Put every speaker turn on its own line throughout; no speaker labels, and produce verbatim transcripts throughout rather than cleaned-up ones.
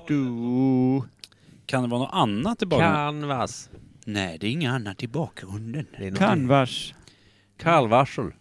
du.
Kan det vara något annat i bakgrunden?
Canvas.
Nej, det är inget annat i bakgrunden.
Canvas.
Kalvarsel.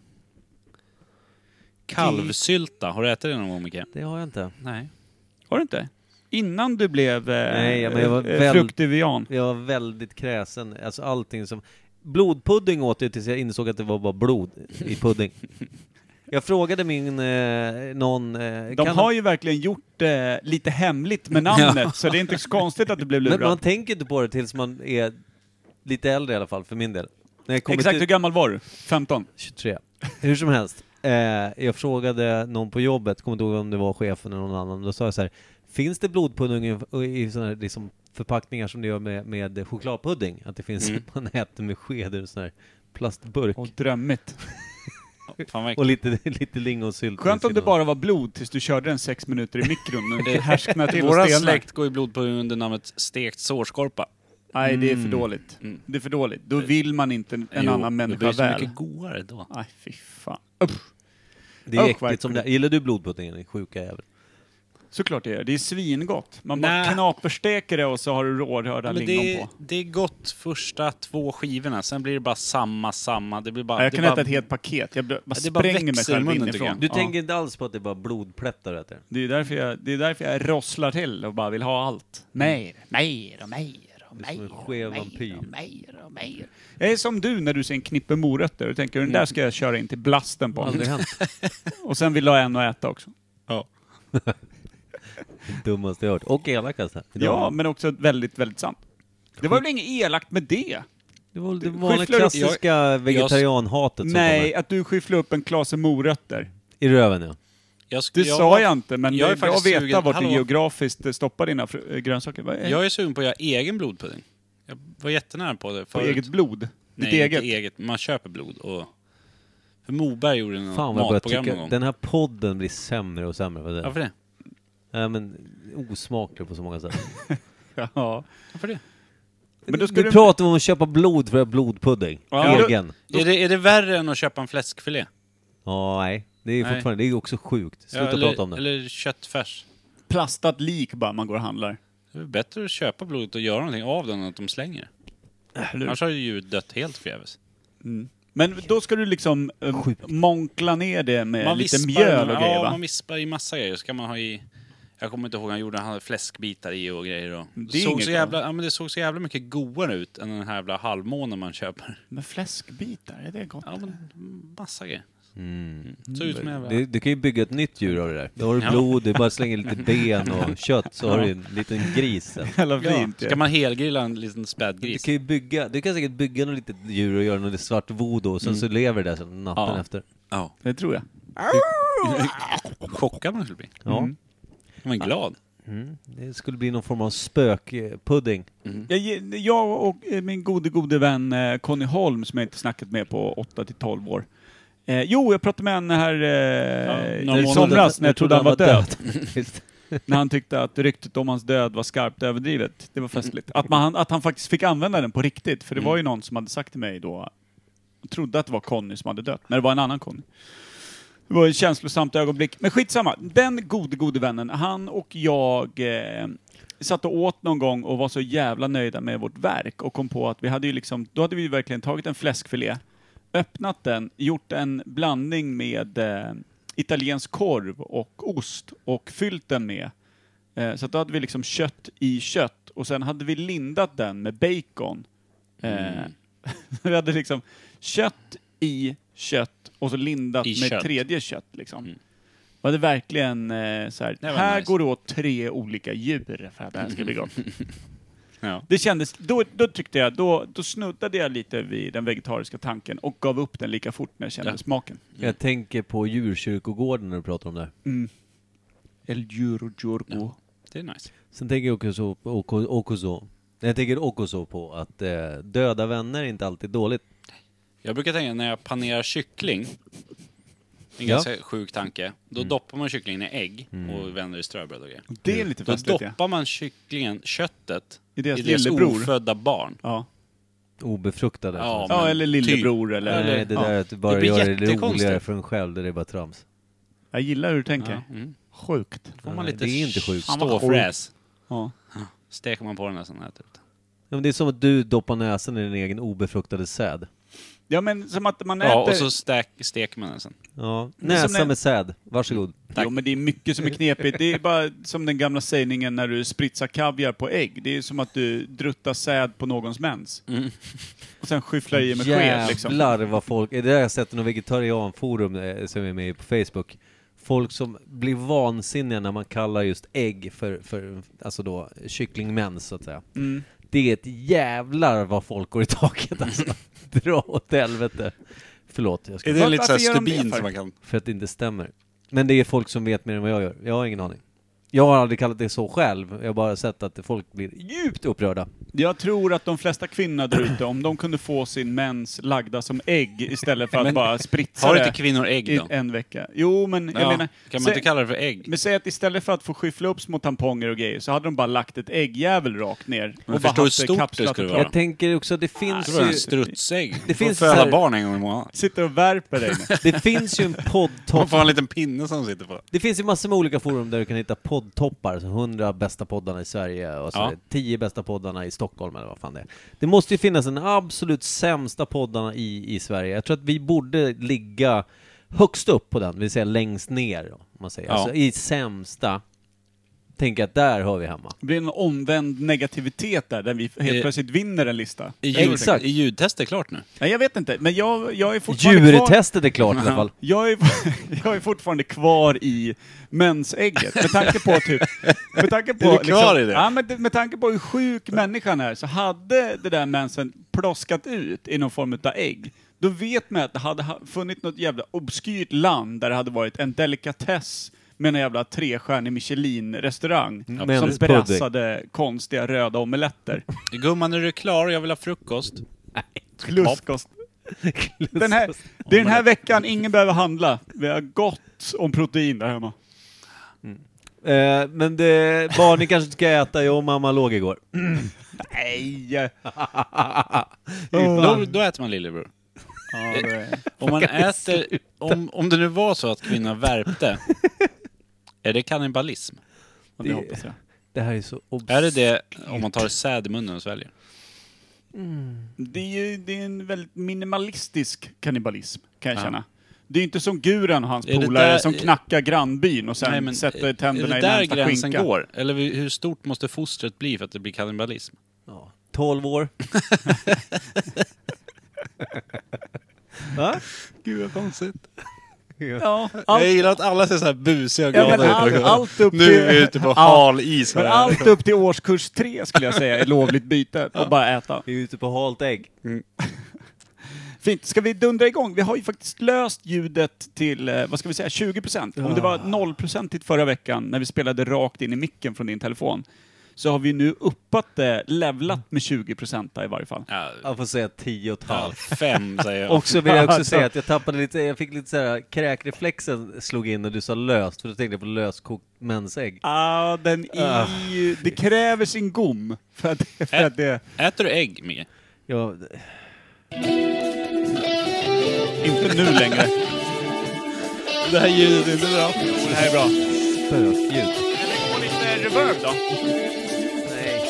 Kalvsylta. Har du ätit det någon gång, Micke?
Det har jag inte.
Nej.
Har du inte? Innan du blev eh,
Nej, men jag var
eh,
väl-
fruktivian.
Jag var väldigt kräsen. Alltså allting som... Blodpudding åt jag tills jag insåg att det var bara blod i pudding. Jag frågade min... Eh, någon... Eh,
De
kan
har ju verkligen gjort eh, lite hemligt med namnet,
Ja.
så det är inte så konstigt att du blev
Men
lurad.
man tänker inte på det tills man är lite äldre i alla fall, för min del. När jag kom
Exakt
till
hur gammal var du? femton?
tjugotre. Hur som helst. Eh, jag frågade någon på jobbet, kommer inte ihåg om det var chefen eller någon annan. Då sa jag så här: finns det blodpudding i, i såna här liksom förpackningar som det gör med, med chokladpudding? Att det finns,
Mm.
man äter med sked i en sån här plastburk.
Och drömmigt.
Fan, vad
Och lite, lite lingonsylt.
Skönt om det bara var blod tills du körde den sex minuter i mikron. Det
Det-
härsknar till och
Våra
stelnar.
släkt går i blodpudding under namnet stekt sårskorpa.
Nej, det är för
Mm.
dåligt.
Mm.
Det är för dåligt. Då vill man inte en
Jo,
annan
det
människa
blir så
väl.
mycket godare då.
Nej, fy fan. Upp.
Det är
Och
äckligt som det.
verkligen.
Gillar du blodpuddingen? Den sjuka jävel.
Såklart det är. Det är svingott. Man bara
Nä.
knapersteker det och så har du rårörda
Men
lingon
det, är,
på.
det är gott första två skivorna, sen blir det bara samma, samma. Det blir bara,
Jag
det
kan
bara,
äta ett helt paket. Jag bara
Ja, det bara
spränger mig
växer i
själv
munnen,
inifrån.
tycker jag.
Du
Ja.
tänker inte alls på att det är bara blodplättar du äter?
Det är därför jag, det är därför jag rosslar till och bara vill ha allt. Mer, mer och mer och
Det är som
mer
en
och
skev
mer
vampyr.
och mer och mer. Jag är som du när du ser en knippe morötter och tänker den där ska jag köra in till blasten på.
Aldrig hänt.
Och sen vill du ha en att äta också.
Ja.
Det dummaste jag hört. Och elakaste.
Ja, men också väldigt, väldigt sant. Det var väl inget elakt med det?
Det var det vanliga
Skyfflar upp-
klassiska vegetarianhatet som
Nej,
kommer.
att du skyfflar upp en klase morötter.
I röven, ja.
Jag, sk-
Det
jag,
sa jag inte, men
jag är
det är bra att
faktiskt
veta
sugen-
vart
Hallå?
du geografiskt stoppar dina fr- äh, grönsaker. Vad är
jag är sugen på att göra egen blodpudding. Jag var jättenära på det
på
förut.
eget blod? Ditt
Nej,
eget?
inte eget. Man köper blod. Och... För Moberg gjorde något
Fan vad jag börjar
matprogram någon
tycka.
gång.
Den här podden blir sämre och sämre för det.
Varför det?
Ja, men osmaklig på så många sätt.
Ja.
Varför det?
Men då ska
du
du-
pratar om att köpa blod för att ha blodpudding.
Ja.
Egen.
Är det, är det värre än att köpa en fläskfilé?
Ja, nej. Det är
Nej.
fortfarande, det är också sjukt. Sluta
Ja, eller,
prata om det.
eller köttfärs.
Plastat lik bara man går och handlar.
Det är bättre att köpa blodet och göra någonting av den än att de slänger.
Eller?
Annars har ju djuret dött helt förgäves.
Mm. Men då ska du liksom äh,
Sjukt.
monkla ner det med lite
vispar-
mjöl och grejer,
Ja,
va?
man vispar i massa grejer. Så kan man ha i... Jag kommer inte ihåg, han gjorde han hade fläskbitar i och grejer. Och
Det
det,
är
såg
inget
så jävla, ja, men det såg så jävla mycket godare ut än den här jävla halvmånen man köper.
Men fläskbitar, är det gott?
Ja, men massa grejer.
Mm.
Så ut som en jävla...
Du, du kan ju bygga ett nytt djur av det där. Då har du
Ja.
blod, du bara slänger lite ben och kött, så har du en liten gris sen.
Jävla
Ja,
fint.
ska man helgrilla en liten
Du
spädgris?
kan ju bygga, du kan säkert bygga något litet djur och göra något svart voodoo och sen så lever det där sen natten
Ja.
efter.
Ja.
Det tror jag.
Chockad man skulle bli.
Ja.
Mm.
Man är glad.
Mm. Det skulle bli någon form av spökpudding.
Jag, ge- jag och eh, min gode, gode vän eh, Conny Holm, som jag inte snackat med på åtta till tolv år. Eh, jo, jag pratade med henne här eh,
några
i
månader.
somras när jag trodde han var död.
Just.
När han tyckte att ryktet om hans död var skarpt överdrivet. Det var festligt. Att, man, att han faktiskt fick använda den på riktigt. För det var ju någon som hade sagt till mig då, jag trodde att det var Conny som hade dött, när det var en annan Conny. Det var ett känslosamt ögonblick. Men skitsamma. Den gode, gode vännen, han och jag eh, satt och åt någon gång och var så jävla nöjda med vårt verk och kom på att vi hade ju liksom, då hade vi ju verkligen tagit en fläskfilé, öppnat den, gjort en blandning med eh, italiensk korv och ost och fyllt den med. Eh, så att då hade vi liksom kött i kött och sen hade vi lindat den med bacon. Eh,
Mm.
vi hade liksom kött i kött och så lindat
I
med
kött.
tredje kött liksom.
Mm.
Och det verkligen eh, så här,
Det var
här
nice.
går det åt tre olika djur för att det här ska bli gott.
Ja.
Det kändes, då, då tyckte jag, då, då snuddade jag lite vid den vegetariska tanken och gav upp den lika fort när jag kände
Ja.
smaken.
Jag tänker på djurkyrkogården när du pratar om det.
Mm. El Djuro Djurgo.
Ja. Det är nice.
Sen tänker jag också på, också, också, jag tänker också på att eh, döda vänner är inte alltid dåligt.
Jag brukar tänka när jag panerar kyckling, en
Ja.
ganska sjuk tanke, då doppar man kycklingen i ägg och vänder i ströbröd och grejer.
Det är lite
Då
festligt, ja.
doppar man kycklingen, köttet,
I deras
i deras
lillebror.
ofödda barn.
Ja.
Obefruktade.
Ja,
så.
ja,
men
eller lillebror eller...
Nej, det
ja.
där att du bara
Det blir
gör det
jättekonstigt.
roligare för en själv, det är bara trams.
Jag gillar hur du tänker.
Ja. Mm.
Sjukt.
Får man
Nej,
lite
det är inte sjukt.
ståfräs.
Ja.
Steker man på den nästan här typ.
Ja, men det är som att du doppar näsan i din egen obefruktade säd.
Ja, men som att man äter...
Ja, och så stek, steker man den sen.
Ja,
Det är som
näsa
när-
med säd. Varsågod.
Jo, men det är mycket som är knepigt. Det är bara som den gamla sägningen när du spritsar kaviar på ägg. Det är som att du druttar säd på någons mens.
Mm.
Och sen skyfflar i med sked liksom.
Jävlar vad folk... Det där har jag sett i något vegetarianforum eh, som är med på Facebook. Folk som blir vansinniga när man kallar just ägg för, för alltså då, kycklingmens så att säga.
Mm.
Det är ett jävlar vad folk går i taket alltså. Dra åt helvete. Förlåt, jag ska...
Är det
Var-
lite så här
varför gör de det
stubin
för?
som man kan...
För att det inte stämmer. Men det är folk som vet mer än vad jag gör. Jag har ingen aning. Jag har aldrig kallat det så själv. Jag har bara sett att folk blir djupt upprörda.
Jag tror att de flesta kvinnor där ute, om de kunde få sin mens lagda som ägg istället för att
Men-
bara spritsa
Har
det
inte kvinnor ägg
i
då?
en vecka. Jo, men jag
Ja,
menar...
kan man
sä-
inte kalla det för ägg?
Men säg att istället för att få skyffla upp små tamponger och grejer så hade de bara lagt ett äggjävel rakt ner.
Men
och
förstå
bara
hur
haft
stort det
kapslat
skulle
och
vara.
klart.
Jag tänker också att det finns
Det var en
ju...
strutsägg.
Det finns
för
så
alla
här-
barn en gång i månaden.
Sitter och värper dig med.
Det finns ju en
Man
poddtopp.
får ha en liten pinne som sitter på.
Det finns ju massor med olika forum där du kan hitta poddtoppar, så hundra bästa poddarna i Sverige och så
Ja.
tio bästa poddarna i Stockholm eller vad fan det är. Det måste ju finnas en absolut sämsta poddarna i, i Sverige. Jag tror att vi borde ligga högst upp på den, det vill säga längst ner om man säger.
Ja.
Alltså i sämsta. Tänk att där hör vi hemma.
Det blir en omvänd negativitet där, där vi helt
Eh,
plötsligt vinner en lista.
I ljud,
Exakt.
I ljudtest är klart nu.
Nej, jag vet inte, men jag, jag är fortfarande kvar...
Djurtestet är klart i alla fall.
Jag är, jag är fortfarande kvar i mensägget. Med tanke på typ... Med tanke på,
Är du kvar i det?
Ja, men det- med tanke på hur sjuk människan är så hade det där mensen ploskat ut i någon form av ägg. Då vet man att det hade ha- funnits något jävla obskyrt land där det hade varit en delikatess med en jävla trestjärnig Michelin-restaurang som
Menspudding.
brassade konstiga röda omeletter.
Gumman, är du klar? Jag vill ha frukost.
Kluskost. Den här, det är den här veckan ingen behöver handla. Vi har gott om protein där hemma.
Eh, men det, barnen kanske ska äta, jag och mamma låg igår.
Nej!
Då, då äter man lillebror.
Ja, det är...
Om man äter... Om, om det nu var så att kvinnan värpte, är det kannibalism?
Ja, det hoppas jag.
Det här är så obs-
Är det det om man tar säd i munnen och sväljer?
Det är ju det är en väldigt minimalistisk kannibalism, kan jag
Ja.
känna. Det är inte som Guran och hans
Är det
polare
där-
som knackar grannbyn och sen
Nej, men
sätter tänderna
är
i
det där
närmsta
gränsen
skinka.
går? Eller hur stort måste fostret bli för att det blir kannibalism?
Ja, tolv år. Va?
Gud vad konstigt.
Ja,
Jag
allt,
gillar att alla ser så här busiga och
ja,
glada
men
ut.
allt, allt upp
Nu
till...
är vi ute på
Ja,
hal is.
men allt upp till årskurs tre skulle jag säga är lovligt byte och bara äta.
Vi är ute på halt ägg.
Fint, ska vi dundra igång? Vi har ju faktiskt löst ljudet till, eh, vad ska vi säga, tjugo procent. Om det var noll procent till förra veckan när vi spelade rakt in i micken från din telefon, så har vi nu uppat det, levlat med tjugo procent i varje fall.
Ja,
Jag får säga tio och ett
ja,
halvt.
fem säger jag.
Och så vill jag också
Alltså.
säga att jag tappade lite, jag fick lite såhär, kräkreflexen slog in när du sa löst, för då tänkte jag på löskokt mensägg.
Ah, den är ju, det kräver sin gom för att, för
Ä-
att det...
Äter du ägg, Micke?
Ja,
Inte nu längre.
Det här ljudet är inte bra.
Det här är bra.
spökljud.
Eller gå lite reverb då.
Nej.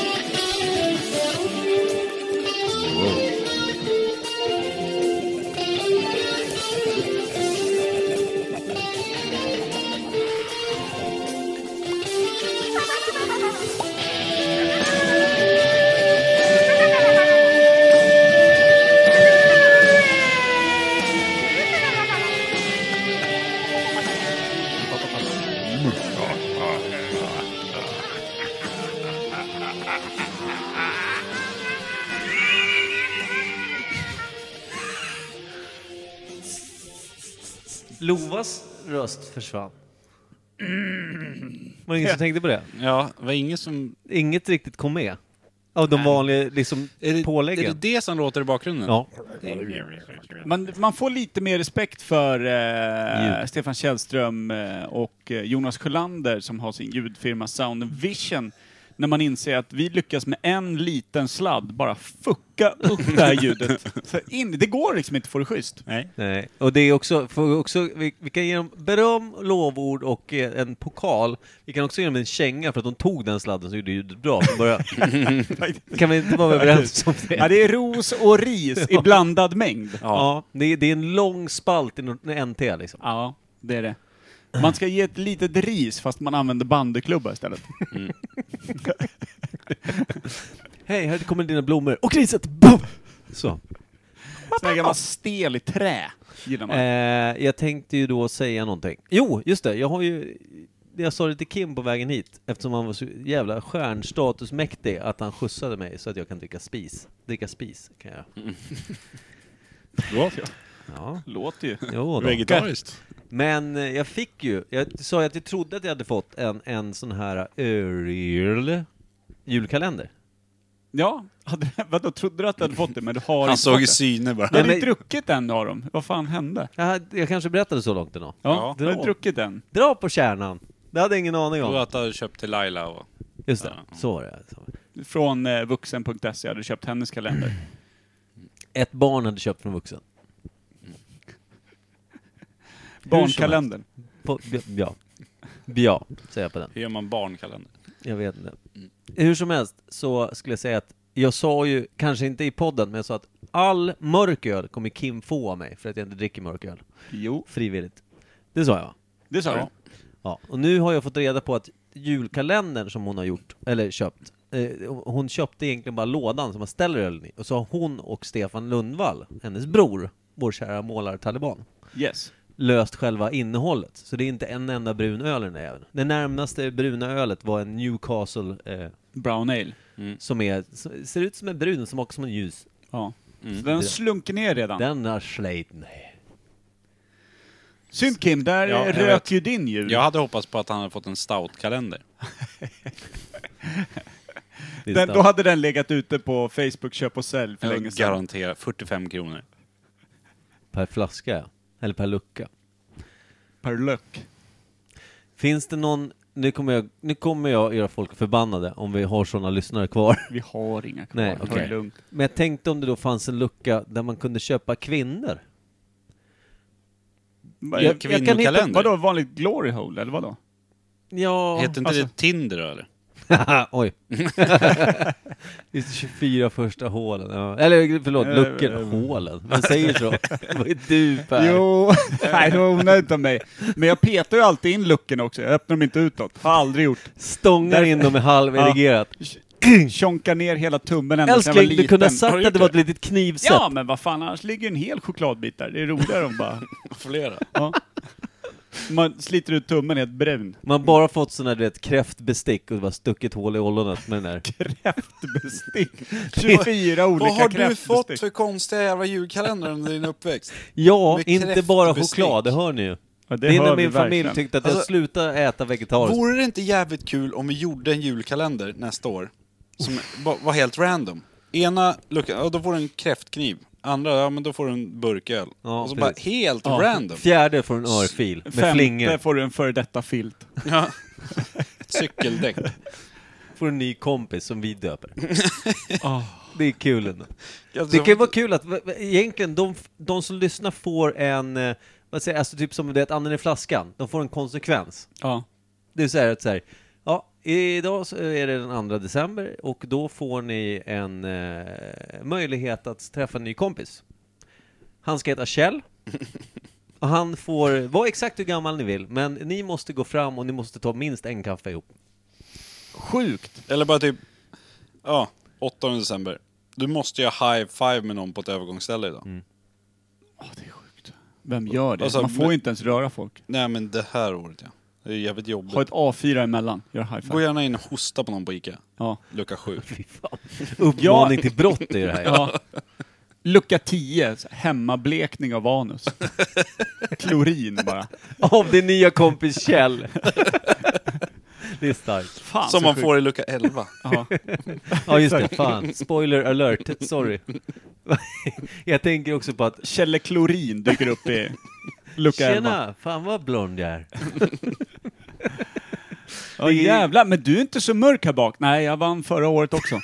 Lovas röst försvann. Var det ingen som tänkte på det?
Ja, det var ingen som...
Inget riktigt kom med. Av de vanliga liksom,
Är det,
påläggen.
är det det som låter i bakgrunden?
Ja.
Man, man får lite mer respekt för eh,
Ljud.
Stefan Källström eh, och eh, Jonas Sjölander som har sin ljudfirma Sound and Vision, när man inser att vi lyckas med en liten sladd bara fucka upp det här ljudet. Så in, det går liksom inte för det schysst.
Nej.
Nej. Och det är också, för också vi, vi kan ge dem beröm, lovord och eh, en pokal. Vi kan också ge dem en känga för att de tog den sladden så gjorde ljudet bra från början. Kan vi inte vara överens om det?
Ja, det är ros och ris i blandad mängd.
Ja, ja det, är, det är en lång spalt i en N T liksom.
Ja, det är det. Man ska ge ett litet ris fast man använder bandyklubba istället.
Mm.
Hej, här kommer dina blommor. Och riset! Boom! Så.
Sån här gammal stel i trä. Gillar man.
Eh, jag tänkte ju då säga någonting. Jo, just det. Jag har ju... Jag sa det till Kim på vägen hit. Eftersom han var så jävla stjärnstatusmäktig att han skjutsade mig så att jag kan dricka spis. Dricka spis kan jag.
Mm. Bra.
Ja.
Låter ju.
Jo, då.
Vegetariskt.
Men eh, jag fick ju... Jag sa ju att jag trodde att jag hade fått en, en sån här öl julkalender.
Ja, hade, vadå, trodde du att du hade fått det, men du har
Han
inte
såg
fått
i
det.
syne bara.
Du hade
men-
inte druckit en av dem. Vad fan hände?
Jag, hade, jag kanske berättade så långt ändå.
Ja,
Ja.
du hade
Dra.
druckit en.
Dra på kärnan. Det hade jag ingen aning
Jag tror
om.
att du hade köpt till Laila och...
Just det,
Ja.
så var det. Så.
Från eh, vuxen punkt se hade köpt hennes kalender.
Ett barn hade köpt från vuxen.
Barnkalendern.
På, ja. Ja, säger jag på den.
Hur gör man barnkalender?
Jag vet inte. Hur som helst så skulle jag säga att jag sa ju, kanske inte i podden, men jag sa att all mörköl kommer Kim få av mig för att jag inte dricker mörköl.
Jo,
Frivilligt. Det sa jag, va?
det sa
Ja.
du.
Ja. Och nu har jag fått reda på att julkalendern som hon har gjort, eller köpt, eh, hon köpte egentligen bara lådan som man ställer ölen i. Och så har hon och Stefan Lundvall, hennes bror, vår kära målar-taliban,
Yes.
löst själva innehållet. Så det är inte en enda brun öl i den här jäveln. Det närmaste bruna ölet var en Newcastle eh,
Brown ale.
som är, ser ut som en brun, som också som en ljus.
Ja.
Mm.
Så den slunker ner redan.
Den har släit ner.
Synd Kim, där
Ja, jag
rök
vet.
ju din jul.
Jag hade hoppats på att han hade fått en stout-kalender.
Det är
Den,
starkt.
då hade den legat ute på Facebook köp och sälj för länge
Jag
sedan.
garanterar fyrtiofem kronor.
Per flaska, ja. Eller per lucka.
Per löck.
Finns det någon... Nu kommer jag, nu kommer jag göra folk förbannade om vi har sådana lyssnare kvar.
Vi har inga kvar.
Nej,
Ta det
okej.
lugnt.
Men jag tänkte om det då fanns en lucka där man kunde köpa kvinnor.
Jag,
Jag-
jag kan hitta,
kvinnokalender.
vadå, vanligt glory hole, eller vadå?
Ja...
Heter inte
alltså-
det Tinder då, eller?
Oj. Just det, tjugofyra första hålen. Ja. Eller förlåt,
Eh,
luckorna.
eh,
Hålen. Man säger så. Vad är du, Per?
Jo, nej det var onödigt av mig. Men jag petar ju alltid in luckorna också, jag öppnar dem inte utåt. Har aldrig gjort.
Stångar
Där-
in dem med halverigerat.
Tjonkar ner hela tummen ända sedan jag var
Älskling, du kunde ha
liten.
sagt
Har du
att det
gjort
var ett litet knivsätt.
Ja, men vad fan, annars ligger en hel chokladbit där. Det är roligare om bara...
Flera.
Ja. Man sliter ut tummen helt brun.
Man har bara fått sån här, du vet, kräftbestick och bara stuckit hål i ollonet med den där.
Kräftbestick. tjugofyra olika
Vad har du
kräftbestick.
fått för konstiga jävla julkalendrar under din uppväxt?
Ja,
Med
inte bara
kräftbestick.
choklad, det hör ni ju.
Ja,
Det är
hör
när
vi
min familj
verkligen.
tyckte att jag
Alltså,
slutade äta vegetariskt.
Vore det inte jävligt kul om vi gjorde en julkalender nästa år? Som var, var helt random. Ena luckan, ja, då får du en kräftkniv. Andra, ja men då får du en burköl.
Ja,
och så
precis.
bara helt
Ja.
random.
Fjärde får en örfil med
Femte
flingor.
får du en före detta filt.
Ja. Ett cykeldäck.
Får en ny kompis som vi döper.
Oh.
Det är kul ändå.
Ja,
Det kan ju vara kul att v- v- egentligen de, de som lyssnar får en, eh, vad säger jag, alltså typ som det är anden i flaskan. De får en konsekvens.
Ja.
Det är så här att så här, ja, idag så är det den andra december och då får ni en eh, möjlighet att träffa en ny kompis. Han ska heta Kjell. Och han får vara exakt hur gammal ni vill, men ni måste gå fram och ni måste ta minst en kaffe ihop.
Sjukt.
Eller bara typ, ja, åttonde december. Du måste ju ha high five med någon på ett övergångsställe idag.
Mm.
Oh, det är sjukt. Vem gör det?
Alltså,
Man får
men-
ju inte ens röra folk.
Nej men det här året ja. Det är jävligt jobbigt.
Ha ett A fyra emellan. Gör high
Gå
five.
gärna in och hosta på någon på Ica.
Ja.
Lucka sju.
Fy fan. Uppmaning till brott är det här.
Ja. Lucka tio. så här, Hemmablekning av anus. Klorin bara.
Av din nya kompis Kjell. Det är starkt.
Fan,
Som
så
man
sjukt.
får i lucka elva.
Ja.
Ja just det, fan. Spoiler alert, sorry. Jag tänker också på att
Kjelle Klorin dyker upp i lucka elva.
tjena, fan vad blond jag är.
Ja, jävlar, men du är inte så mörk här bak. Nej, jag vann förra året också.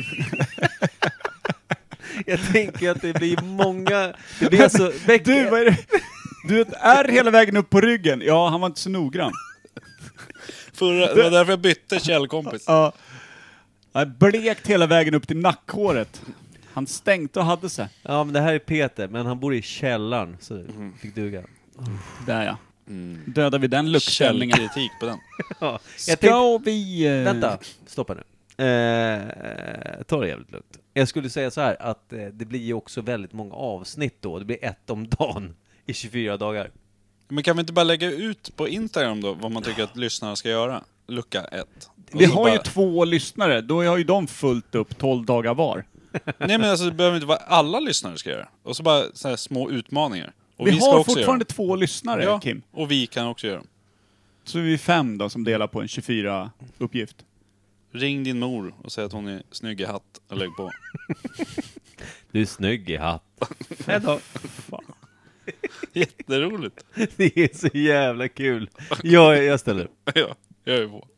Jag tänker att det blir många... Det blir alltså... Beck...
Du, vad är det? Du är hela vägen upp på ryggen. Ja, han var inte så noggrann.
Förra, det var därför jag bytte källkompis.
Ja. Jag blekt hela vägen upp till nackhåret. Han stänkte och hade sig.
Ja, men det här är Peter, men han bor i källaren, så det fick duga.
Där ja.
Mm.
Dödar vi den luktställningen.
Källkritik på den.
Ja,
Ska
jag tänkte,
vi... eh,
vänta, stoppa nu. Eh, ta det jävligt lugnt. Jag skulle säga så här att eh, det blir ju också väldigt många avsnitt då. Det blir ett om dagen i tjugofyra dagar.
Men kan vi inte bara lägga ut på Instagram då vad man tycker att lyssnarna ska göra? Lucka ett. Och
Vi
så
har
bara...
ju två lyssnare. Då har ju de fullt upp tolv dagar var.
Nej, men alltså det behöver inte vara alla lyssnare ska göra. Och så bara så här små utmaningar. Och
Vi,
vi ska
har
också
fortfarande
göra.
två lyssnare,
Ja,
Kim.
och vi kan också göra dem.
Så är vi fem då som delar på en tjugofyra-uppgift.
Ring din mor och säg att hon är snygg i hatt och lägg på.
Du är snygg i hatt. Hejdå.
Jätteroligt.
Det är så jävla kul. Jag, jag ställer upp.
Ja, jag är på.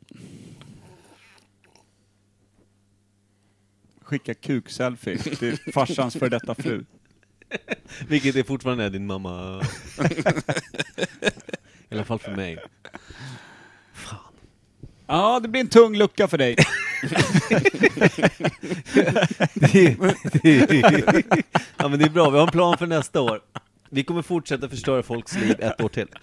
Skicka kuk-selfie till farsans för detta fru.
Vilket är fortfarande är din mamma. I alla fall för mig. Fan.
Ja, det blir en tung lucka för dig.
Det, det, ja, men det är bra. Vi har en plan för nästa år. Vi kommer fortsätta förstöra folks liv ett år till.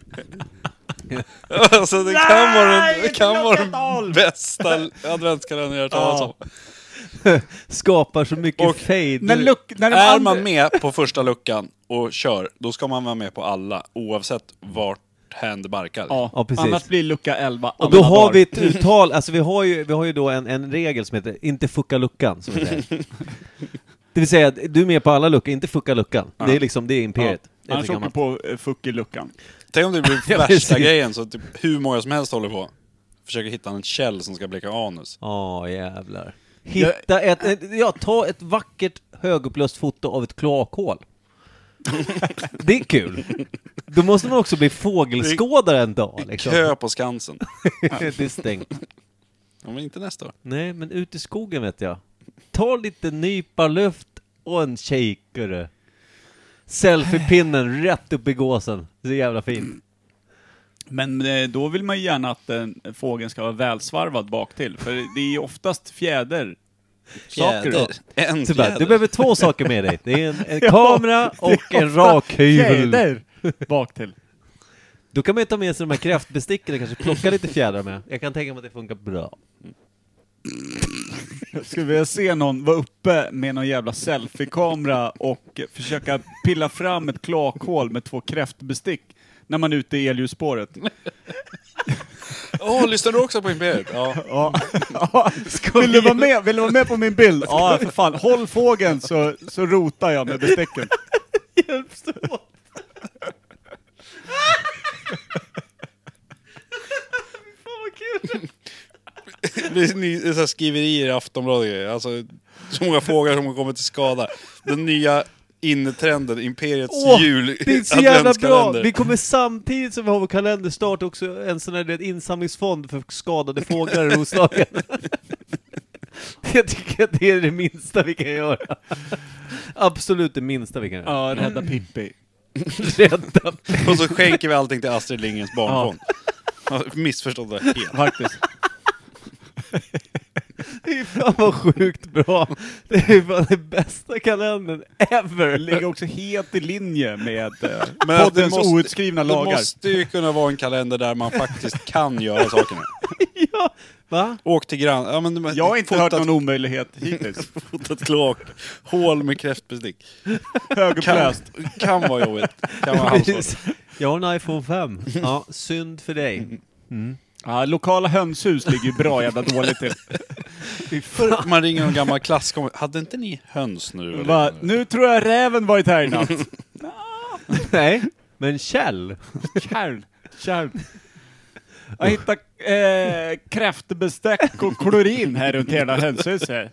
Alltså det kan vara den, det kan vara
inte
den bästa adventskalendern jag har talat om.
Skapar så mycket
Och
fade.
När, luck, när de
Är
andra...
man med på första luckan och kör, då ska man vara med på alla, oavsett vart händer barkar.
Ja,
Ja, precis.
annars blir lucka elva.
Och då
alla
har
dagar.
vi ett uttal, alltså vi har ju, vi har ju då en, en regel som heter inte fucka luckan, som vi säger. Det vill säga att du är med på alla luckor, inte fucka luckan.
Ja.
Det är liksom, det är imperiet.
Ja.
Det är
Annars
för
åker
gammalt.
på uh, fuck i luckan.
Tänk om det blir
Ja,
värsta
precis.
grejen så typ hur många som helst håller på. Försöker hitta en käll som ska blicka anus.
Ja, jävlar. Hitta ett, ett, ja, ta ett vackert högupplöst foto av ett kloakhål. Det är kul. Då måste man också bli fågelskådare en dag. Liksom.
Kö på Skansen.
Det är stängt.
Ja, men inte nästa år.
Nej, men ut i skogen vet jag. Ta lite nypa luft och en kikare. Selfiepinnen rätt upp i gåsen. Det är jävla fint.
Men eh, då vill man ju gärna att eh, fågeln ska vara välsvarvad bak till. För det är ju oftast fjäder. Saker då.
En
Tyvärr,
fjäder.
du behöver två saker med dig. Det är en, en kamera och en rakhyvel.
Fjäder bak till.
Då kan man ju ta med sig de här kräftbesticken och kanske plocka lite fjädrar med. Jag kan tänka mig att det funkar bra.
Jag skulle vilja se någon vara uppe med någon jävla selfie-kamera och försöka pilla fram ett kloakhål med två kräftbestick när man är ute i elljusspåret.
Åh, oh, lyssnar du också på Imperiet? Ja.
Ja. Ja. Vill du vara med? Vill du vara med på min bild? Ja, för fan. Håll fågeln så, så rotar jag med besticken.
Hjälps åt. Fan vad kul.
Det är ny- det är så här skriverier i Aftonbladet. Alltså, så många fåglar som har kommit till skada. Den nya innetrenden, Imperiets
Åh,
jul
det är så jävla bra.
adventskalender.
Vi kommer samtidigt som vi har vår kalender starta också en sån här insamlingsfond för skadade fåglar i Roslagen. Jag tycker att det är det minsta vi kan göra. Absolut det minsta vi kan göra.
Ja, rädda Pippi.
Rädda.
Och så skänker vi allting till Astrid Lindgrens barnfond. Ja. Missförstått det helt.
Faktiskt.
Det är fan vad sjukt bra. Det är fan den bästa kalendern ever.
Det ligger också helt i linje med eh,
Men alltså,
poddens
det måste-
outskrivna
Det
lagar.
måste ju kunna vara en kalender där man faktiskt kan göra sakerna.
Ja, va?
Åk till grann... Ja, men,
Jag har inte
fotat,
hört någon omöjlighet hittills.
fotat kloak. Hål med kräftbestick.
Högupplöst.
Kan, kan vara jobbigt. Kan vara halvsvårt.
Jag har en iPhone fem. Ja, synd för dig. Mm.
Ja, lokala hönshus ligger ju bra jävla dåligt till.
För man ringer en gammal klasskompis. Hade inte ni höns nu?
Va, nu tror jag räven varit här i natt.
Nej, men Kjell.
Kärl. Kärl. Jag hittade eh, kräftbestick och klorin här runt hela hönshuset.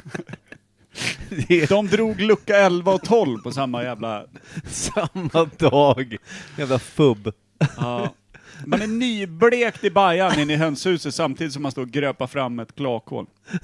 De drog lucka elva och tolv på samma jävla...
Samma dag. Jävla fubb.
Ja. Man är nyblekt i bajan in i hönshuset samtidigt som man står och gröpar fram ett klakhål.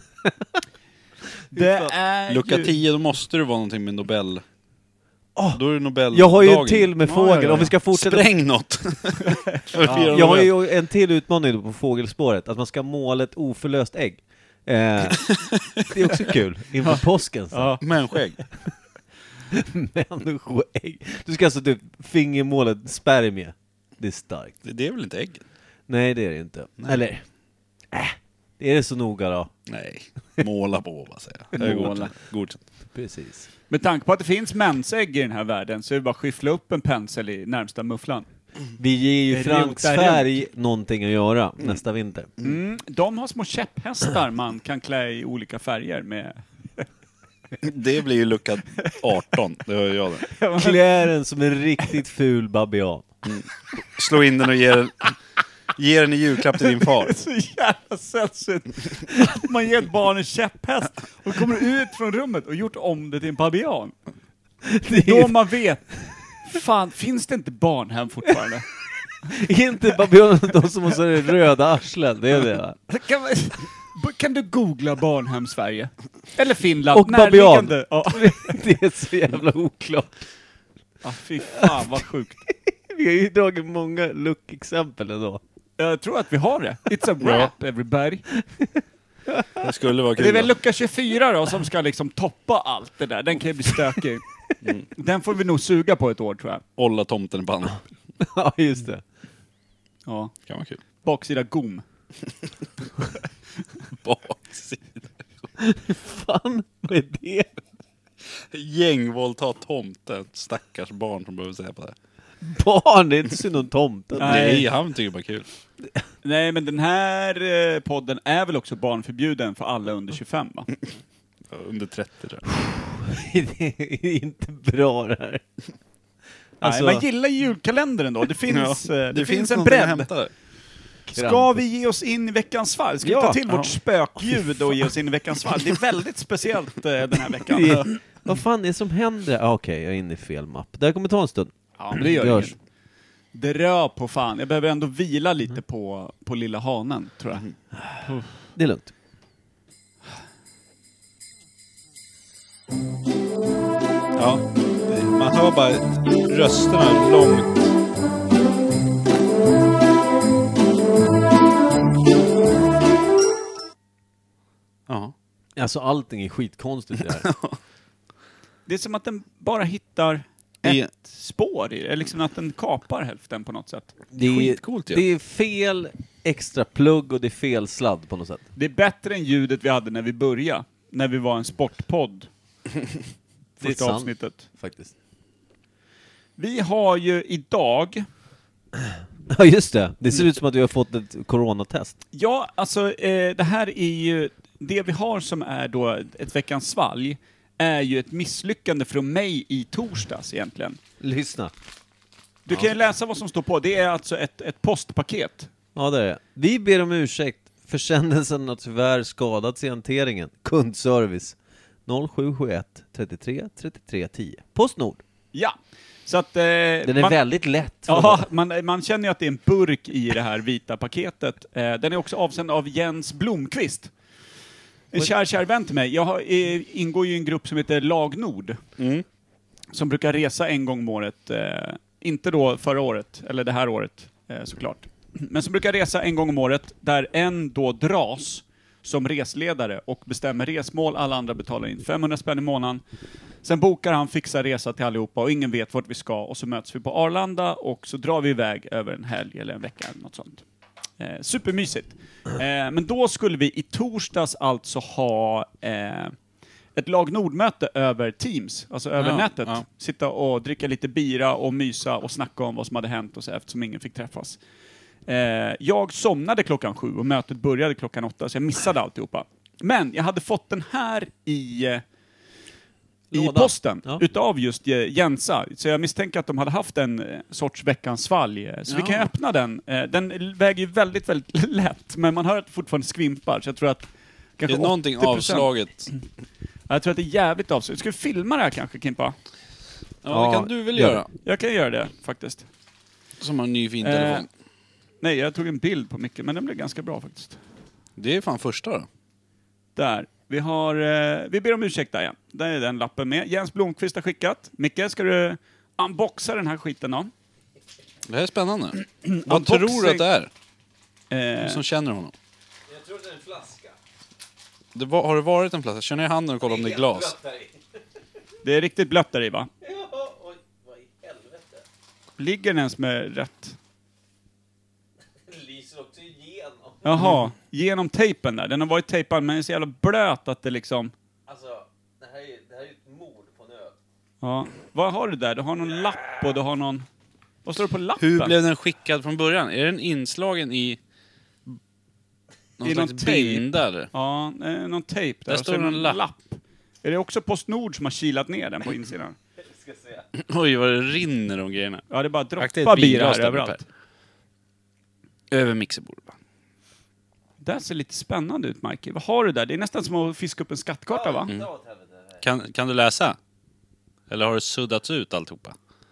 Det är
Lucka
ju...
tio, då måste det vara någonting med Nobel.
Oh,
Då är det Nobel.
jag har ju en till med fågel,
Ja, ja, ja.
om vi ska fortsätta...
Spräng något! För att fira
Jag har
Nobel.
ju en till utmaning på fågelspåret, att man ska måla ett oförlöst ägg. Eh, det är också kul, inför påsken. Så.
Ja.
Människoägg.
Människoägg. Du ska alltså typ fingermåla ett spermie. Det är starkt.
Det, det är väl inte ägg?
Nej, det är det inte.
Nej.
Eller, äh, är det så noga då?
Nej, måla på vad säger jag. Det är
Måla.
godkänt. Godkänt.
Precis.
Med tanke på att det finns mensägg i den här världen så är det bara att skyffla upp en pensel i närmsta mufflan.
Vi ger ju
Rota
Franks färg någonting att göra nästa vinter.
Mm. De har små käpphästar man kan klä i olika färger med.
Det blir ju lucka arton, det hör jag det.
Klä den som en riktigt ful babian.
Slå in den och ge den, ge den i julklapp till din far.
Så jävla sällsynt. Man ger ett barn en käpphäst och kommer ut från rummet och gjort om det till en babian.
Det
Då
är
man vet, fan, finns det inte barnhem fortfarande?
inte babianen de som har så röda arslen, det är det va?
Kan, man, kan du googla barnhem Sverige? Eller Finland?
Och babian.
Närliggande. Ja.
Det är så jävla oklart.
Ah, fy fan vad sjukt.
Vi har ju dragit många luckexempel ändå.
Jag tror att vi har det. It's a wrap everybody.
Det skulle vara kul.
Det är väl
då.
lucka tjugofyra då som ska liksom toppa allt det där. Den kan ju bli stökig.
Mm.
Den får vi nog suga på ett år tror jag.
Olla tomten i pannan.
Ja, just det.
Ja.
Kan vara kul.
Baksida gom.
Baksida.
Fan, vad är det?
Gängvåldta tomten. Stackars barn som behöver säga på det.
Barn, det är inte synd om tomten.
Nej.
Nej, han tycker bara kul.
Nej, men den här eh, podden är väl också barnförbjuden för alla under tjugofem va?
Under trettio tror jag.
Det är inte bra det här. Alltså,
Nej, man gillar julkalendern då. Det finns,
Ja,
eh, det
det
finns
finns
en
någonting att
bredd.
hämta där.
Ska vi ge oss in i veckans fall? Ska vi
Ja.
ta till
Ja.
vårt spökljud och ge oss in i veckans fall? Det är väldigt speciellt eh, den här veckan.
det är, vad fan är det som händer? Ah, Okej, jag är inne i fel mapp. Det här kommer ta en stund.
Ja, men det gör
Görs.
inget. Det rör på fan. Jag behöver ändå vila lite på, på lilla hanen, tror jag.
Det är lugnt.
Ja, det- man hör bara rösterna långt. Ja.
Alltså allting är skitkonstigt det här.
Det är som att den bara hittar
Det-
ett spår i det. Eller liksom att den kapar hälften på något sätt.
Det är,
Skitcoolt, ja.
det är fel extra plugg och det är fel sladd på något sätt.
Det är bättre än ljudet vi hade när vi började. När vi var en sportpodd.
Det är
Första
sant,
avsnittet.
faktiskt.
Vi har ju idag...
Ja, just det. Det ser ut som att vi har fått ett coronatest.
Ja, alltså eh, det här är ju... Det vi har som är då ett veckans svalg är ju ett misslyckande från mig i torsdags egentligen.
Lyssna.
Du kan ju läsa vad som står på. Det är alltså ett, ett postpaket.
Ja, det är det. Vi ber om ursäkt. Försändelsen har tyvärr skadats i hanteringen. Kundservice noll sju sju ett trettiotre trettiotre tio. Postnord.
Ja. Så att... Eh,
Den är
man,
väldigt lätt. för
Ja,
honom.
man, man känner ju att det är en burk i det här vita paketet. Eh, den är också avsänd av Jens Blomqvist. En kär, kär vän till mig. Jag har, eh, ingår ju i en grupp som heter Lag Nord.
Mm.
Som brukar resa en gång om året. Eh, inte då förra året, eller det här året eh, såklart. Men som brukar resa en gång om året, där en då dras som resledare och bestämmer resmål. Alla andra betalar in femhundra spänn i månaden. Sen bokar han, fixar resa till allihopa och ingen vet vart vi ska. Och så möts vi på Arlanda och så drar vi iväg över en helg eller en vecka eller något sånt. Eh, supermysigt. Eh, men då skulle vi i torsdags alltså ha eh, ett Lag Nordmöte över Teams, alltså över
Ja,
nätet.
ja.
Sitta och dricka lite bira och mysa och snacka om vad som hade hänt och så, eftersom ingen fick träffas. Eh, jag somnade klockan sju och mötet började klockan åtta, så jag missade alltihopa. Men jag hade fått den här i... Eh, i
Lådan.
posten,
Ja.
utav just eh, Jensa. Så jag misstänker att de hade haft en eh, sorts veckans svalg. eh, Så vi
Ja.
kan ju öppna den. Eh, Den väger ju väldigt, väldigt lätt, men man hör att det fortfarande skvimpar. Så jag tror att
Det
kanske
är någonting
åttio procent.
avslaget.
Ja, jag tror att det är jävligt avslaget. Ska vi filma det här kanske, Kimpa?
Ja, det kan du väl
gör
göra.
Jag kan göra det, faktiskt.
Som har en ny fin
Eh,
telefon.
Nej, jag tog en bild på mycket, men den blev ganska bra faktiskt.
Det är fan första då.
Där. Vi har... Eh, vi ber om ursäkt där, ja. Där är den lappen med. Jens Blomqvist har skickat. Micke, ska du unboxa den här skiten då?
Det här är spännande. Vad
Unboxing.
tror du att det är?
Eh,
Du som känner honom.
Jag tror det är en flaska.
Det var, har det varit en flaska? Känner i handen och kolla om det är glas.
det är riktigt blött där i, va?
Ja, oj, vad i helvete.
Ligger den ens med rätt?
Det lyser också igenom.
Jaha, genom tejpen där. Den har varit tejpad, men den är så jävla blöt att det liksom...
Alltså, det här är, det här är ett mord på en öl.
Ja. Vad har du där? Du har någon lapp och du har någon... Vad står det på lappen?
Hur blev den skickad från början? Är den inslagen i någon
I
slags
någon tejp?
binda eller?
Ja, eh, någon tejp där.
Där
Och
står
så är det
någon
någon
lapp.
Är det också Postnord som har kilat ner den på insidan?
Ska se.
Oj, vad det rinner om grejerna.
Ja, det är bara
Akta ett
droppar bira
bilglas
här
där
överallt.
uppe. Över mixerbordet.
Det här ser lite spännande ut, Mikey. Vad har du där? Det är nästan som att fiska upp en skattkarta, va?
Mm. Kan, kan du läsa? Eller har du suddats ut alltihopa?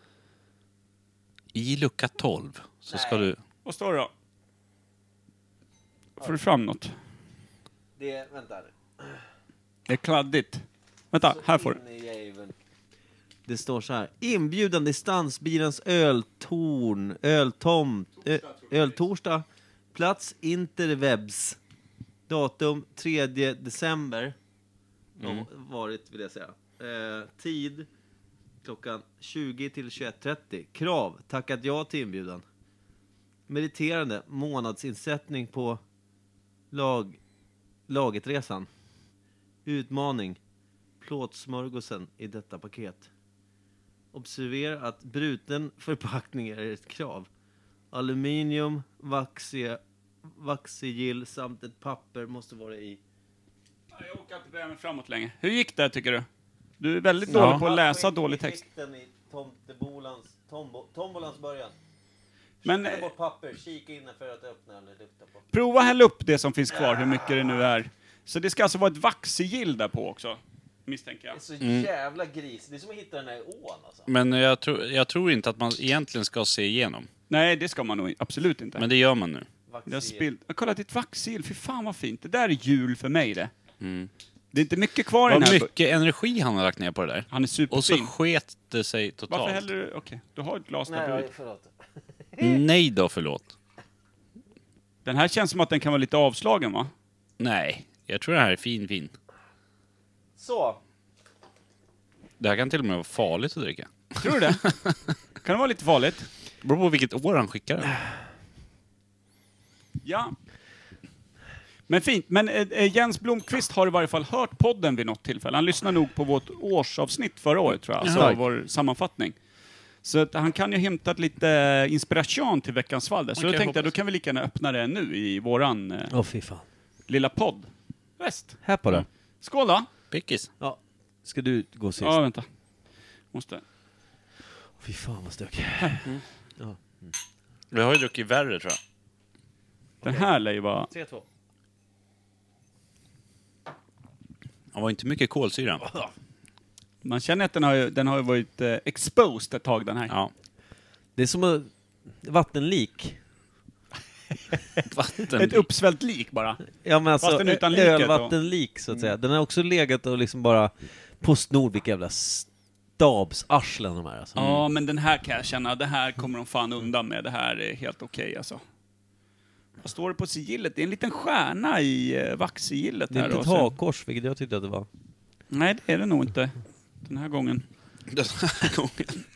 I lucka tolv så ska du...
Vad står det då? Får du fram något?
Det är, vänta här.
Det är kladdigt. Vänta, här får du.
Det står så här. Inbjudan till Stansbilens öltorn, öltom, ö, öltorsdag. Plats interwebs. Datum tredje december.
Mm.
Ja, varit vill jag säga. Eh, tid klockan tjugo till tjugoett trettio. Krav. Tackat ja till inbjudan. Meriterande. Månadsinsättning på lag, lagetresan. Utmaning. Plåtsmörgåsen i detta paket. Observera att bruten förpackning är ett krav. Aluminium, vaxie, vaxigill samt ett papper måste vara i.
Jag orkar inte börja mig framåt länge. Hur gick det, tycker du? Du är väldigt
Ja.
dålig på att läsa dålig text.
Den i tomtebolans, tombo, tombolans början.
Men
Ta
eh,
bort papper, kika innanför att öppna eller lukta på.
prova häll upp det som finns kvar, hur mycket det nu är. Så det ska alltså vara ett vaxigill där på också, misstänker jag.
Det är så jävla gris. Det är som att hitta den här ån alltså.
Men jag, tror jag tror inte att man egentligen ska se igenom.
Nej, det ska man nog absolut inte.
Men det gör man nu.
Det har spilt. Jag kollar ditt vaxigill, fy fan vad fint. Det där är jul för mig det.
Mm.
Det är inte mycket kvar i den
Vad
här.
mycket energi han har lagt ner på det där.
Han är superfin.
Och så sket det sig totalt.
Varför häller du... Okej, okay. Du har ett glas där
Nej,
bredvid.
förlåt.
Nej då, förlåt.
Den här känns som att den kan vara lite avslagen, va?
Nej, jag tror det här är fin, fin.
Så.
Det här kan till och med vara farligt att dricka.
Tror du det? Kan det vara lite farligt?
Det beror på vilket år han skickar den.
Ja. Men fint. Men eh, Jens Blomqvist har i varje fall hört podden vid något tillfälle. Han lyssnar nog på vårt årsavsnitt förra året, tror jag. Alltså
Jaha.
vår sammanfattning. Så att han kan ju hämta lite inspiration till veckans fall där. Så
Okej,
då tänkte jag,
hoppas.
då kan vi lika gärna öppna det nu i våran eh,
Åh, fy fan.
lilla podd. Väst.
Här på det.
Skål då.
Pickis.
Ja. Ska du gå sist?
Ja, vänta. Måste.
Fy fan vad stök.
Vi har ju druckit värre, tror jag.
Den här lär ju vara...
tre två.
Det var inte mycket kolsyra.
Man känner att den har, ju- den har ju varit eh, exposed ett tag, den här.
Ja.
Det är som en vattenlik.
Vatten.
Ett uppsvällt lik bara.
Ja men alltså,
Fast den utan liket då.
ölvattenlik så att säga. Den har också legat och liksom bara Postnord, vilka jävla stabsarslen de här alltså.
Ja, men den här kan jag känna, det här kommer de fan undan med. Det här är helt okej alltså. Vad står det på sigillet? Det är en liten stjärna i eh, vaxsigillet
Det är
här.
inte ett
och så-
hakkors, vilket jag tyckte att det var.
Nej, det är det nog inte. Den här gången.
Den här gången.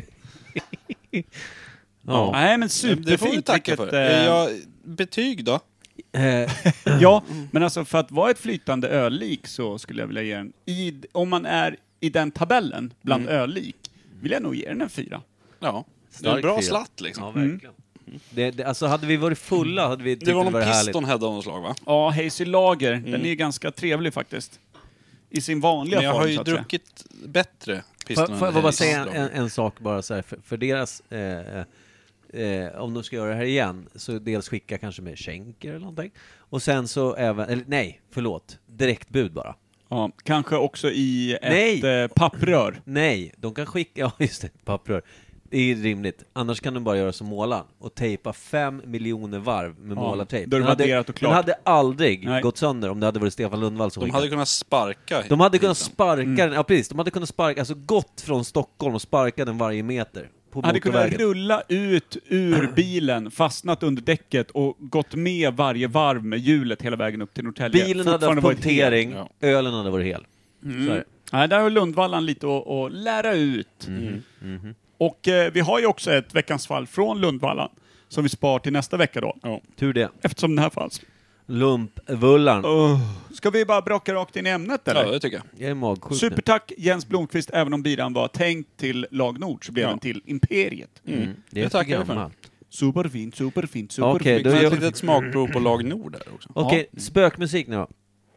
Ja.
Nej, men
Det får vi
superfint.
tacka
vilket,
för.
eh,
Ja, betyg då?
Eh,
Ja, men alltså för att vara ett flytande öllik så skulle jag vilja ge den... I, om man är i den tabellen bland
Mm.
öllik vill jag nog ge den en fyra.
Ja. Det är en
Stark
bra
fyra.
slatt liksom.
ja, verkligen. Det, det, alltså hade vi varit fulla hade vi tyckt
Det var
det var
någon
härligt.
pistonhead av något slag, va?
Ja, Hazy Lager. Den
Mm.
är ju ganska trevlig faktiskt. I sin vanliga
Men jag
form,
har ju
så att säga.
druckit bättre
Får
piston.
får jag
än
bara
Hazy
säga en,
Lager.
en, en sak bara så här, för, för deras eh, eh, om de ska göra det här igen så dels skicka kanske med skänker eller någonting och sen så även, eller nej, förlåt direktbud bara.
Ja, kanske också i ett
Nej.
eh, papprör.
Nej, de kan skicka, ja just det, papprör. Det är rimligt. Annars kan du bara göra som målaren och tejpa fem miljoner varv med
Ja,
målartejp.
då är det
Den hade,
värderat och klart.
den hade aldrig
Nej.
gått sönder om det hade varit Stefan Lundvall som
De
skickade.
hade kunnat sparka.
De hade kunnat
liksom.
sparka
Mm.
den, ja precis, de hade kunnat sparka, alltså gått från Stockholm och sparka den varje meter på
hade kunnat
motorvägen.
rulla ut ur bilen, fastnat under däcket och gått med varje varv med hjulet hela vägen upp till Norrtälje.
Bilen hade haft
Fortfarande varit
punktering,
hel.
ölen hade varit hel.
Mm.
Så är det.
Nej, där har Lundvallan lite att, att lära ut.
Mhm, mhm.
Och eh, vi har ju också ett veckans fall från Lundvallan som vi spar till nästa vecka då.
Ja.
Tur det.
Eftersom den här fanns.
Lumpvullan.
Uh, ska vi bara brocka rakt in i ämnet eller?
Ja, det tycker jag.
Jag är magsjuk nu.
Supertack Jens Blomqvist, även om biran var tänkt till Lag Nord så blev
Ja.
den till Imperiet.
Mm. Det
Det
är
tackar vi för.
gammalt.
Superfint, superfint, superfint.
Okej,
Vi
då
kan ha
gör-
ett litet smakprov på Lag Nord där också.
Okej, spökmusik nu då.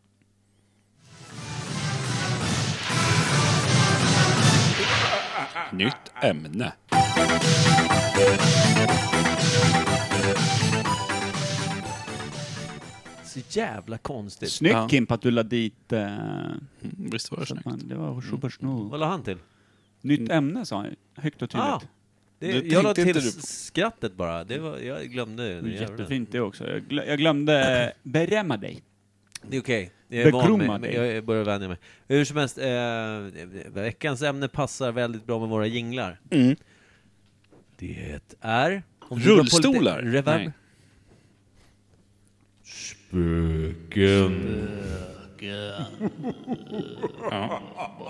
Nytt ämne.
Så jävla konstigt.
Snyggt
Ja.
Kimp att du la dit... Eh,
Mm, visst var det
så att
snyggt.
man, det var supersnyggt.
Vad la han till?
Nytt ämne sa han, högt och tydligt.
Ah, det,
Det
jag la
tänkte
till
inte du på.
skrattet bara. Det var, jag glömde det.
Det är
Jävlar.
jättefint det också. Jag, glö, jag glömde berömma dig.
Det är okej. Jag är van
Begrumma
med,
dig.
jag börjar vänja mig. Hur som helst, eh, veckans ämne passar väldigt bra med våra jinglar.
Mm.
Det är... om du drar på lite
Rullstolar?
reverb.
Nej.
Spöken.
Ja.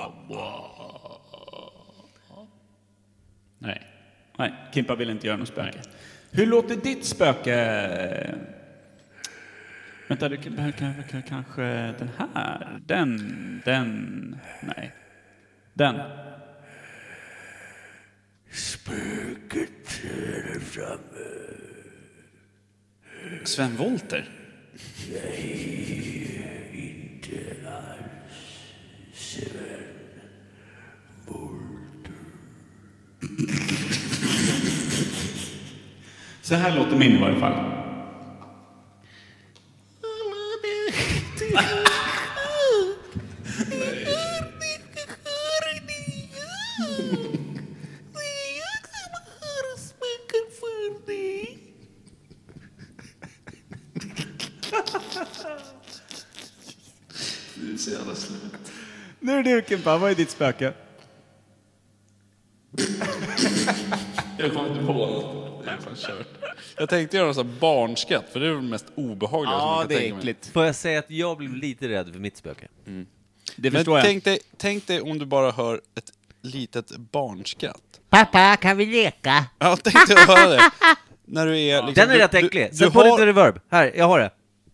Nej.
Nej, Kimpa vill inte göra något spöke. Hur låter ditt spöke? Vänta, det kan, det kan, det kan, kanske den här? Den, den, nej. Den.
Spöket är framme.
Sven Wollter?
Inte alls. Sven
Så här låter min i varje fall.
Det är så jävla slut.
Nu är det du Kimpa, vad är ditt spöke?
Jag kommer inte på något. Det är fan kört. Jag tänkte göra någon sån här barnskratt, för det är det mest obehagliga som jag kan tänka mig.
Får jag säga att jag blev lite rädd för mitt spöke?
Det
Men
förstår jag.
tänk dig, tänk dig om du bara hör ett litet barnskratt.
Pappa, kan vi leka?
Ja, tänk dig att höra det. När du är liksom,
Den är
du,
rätt
du-
äcklig.
Du,
Sätt på
har,
lite reverb. Här, jag har det.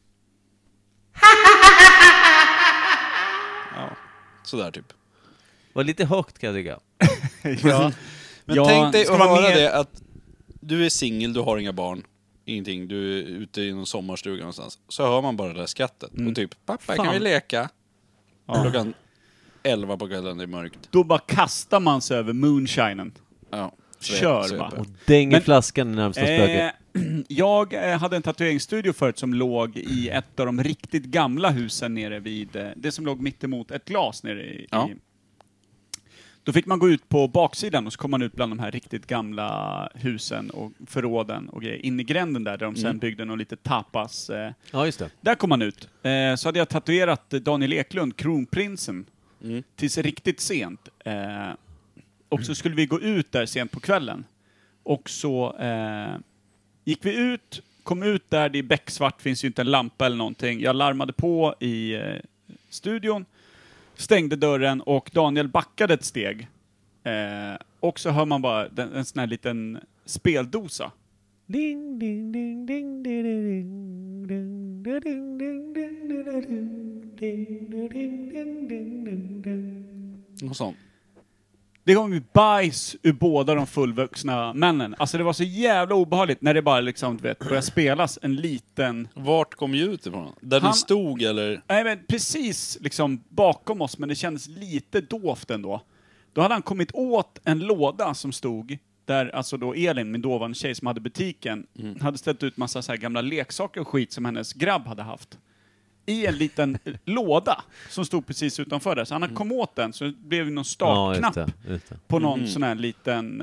sådär typ.
Var lite högt kan jag tycka.
Ja.
Men
Ja,
tänk dig
ska
att
vara
höra
mer-
det att du är singel, du har inga barn, ingenting, du är ute i någon sommarstuga någonstans. Så hör man bara det där skrattet. Och typ, pappa
Fan.
kan vi leka?
Ja.
Klockan elva på kvällen, det är mörkt.
Då bara kastar man sig över moonshinen.
Ja.
Kör,
Svep-
va?
sveper.
Och dänger
Men-
flaskan i närmsta spöket.
Eh, jag eh, hade en tatueringsstudio förut som låg i ett av de riktigt gamla husen nere vid, eh, det som låg mitt emot ett glas nere i,
Ja.
i. Då fick man gå ut på baksidan och så kom man ut bland de här riktigt gamla husen och förråden och grejer. In i gränden där, där de sen
Mm.
byggde någon lite tapas. Eh,
Ja, just det.
där kom man ut. Eh, så hade jag tatuerat Daniel Eklund, kronprinsen,
Mm.
tills riktigt sent. Eh, och så skulle vi gå ut där sent på kvällen. Och så eh, gick vi ut, kom ut där, det är becksvart, finns ju inte en lampa eller någonting. Jag larmade på i eh, studion, stängde dörren och Daniel backade ett steg. Eh, och så hör man bara den, en sån här liten speldosa.
Ding, ding, ding, ding, ding, ding, ding, ding, ding, ding, ding, ding, ding, ding, ding, ding, ding.
Något sånt.
Det kom ju bajs ur båda de fullvuxna männen. Alltså det var så jävla obehagligt när det bara liksom, du vet, började spelas en liten...
Vart kom ljudet ifrån? Där
Han-
ni stod eller?
Nej men precis liksom bakom oss, men det kändes lite dovt ändå. Då hade han kommit åt en låda som stod där, alltså då Elin, min dåvarande tjej som hade butiken, hade ställt ut massa så här gamla leksaker och skit som hennes grabb hade haft. I en liten låda som stod precis utanför där. Så han kom åt den, så det blev någon
Ja, just
startknapp
det, just det.
på någon sån här liten... Eh,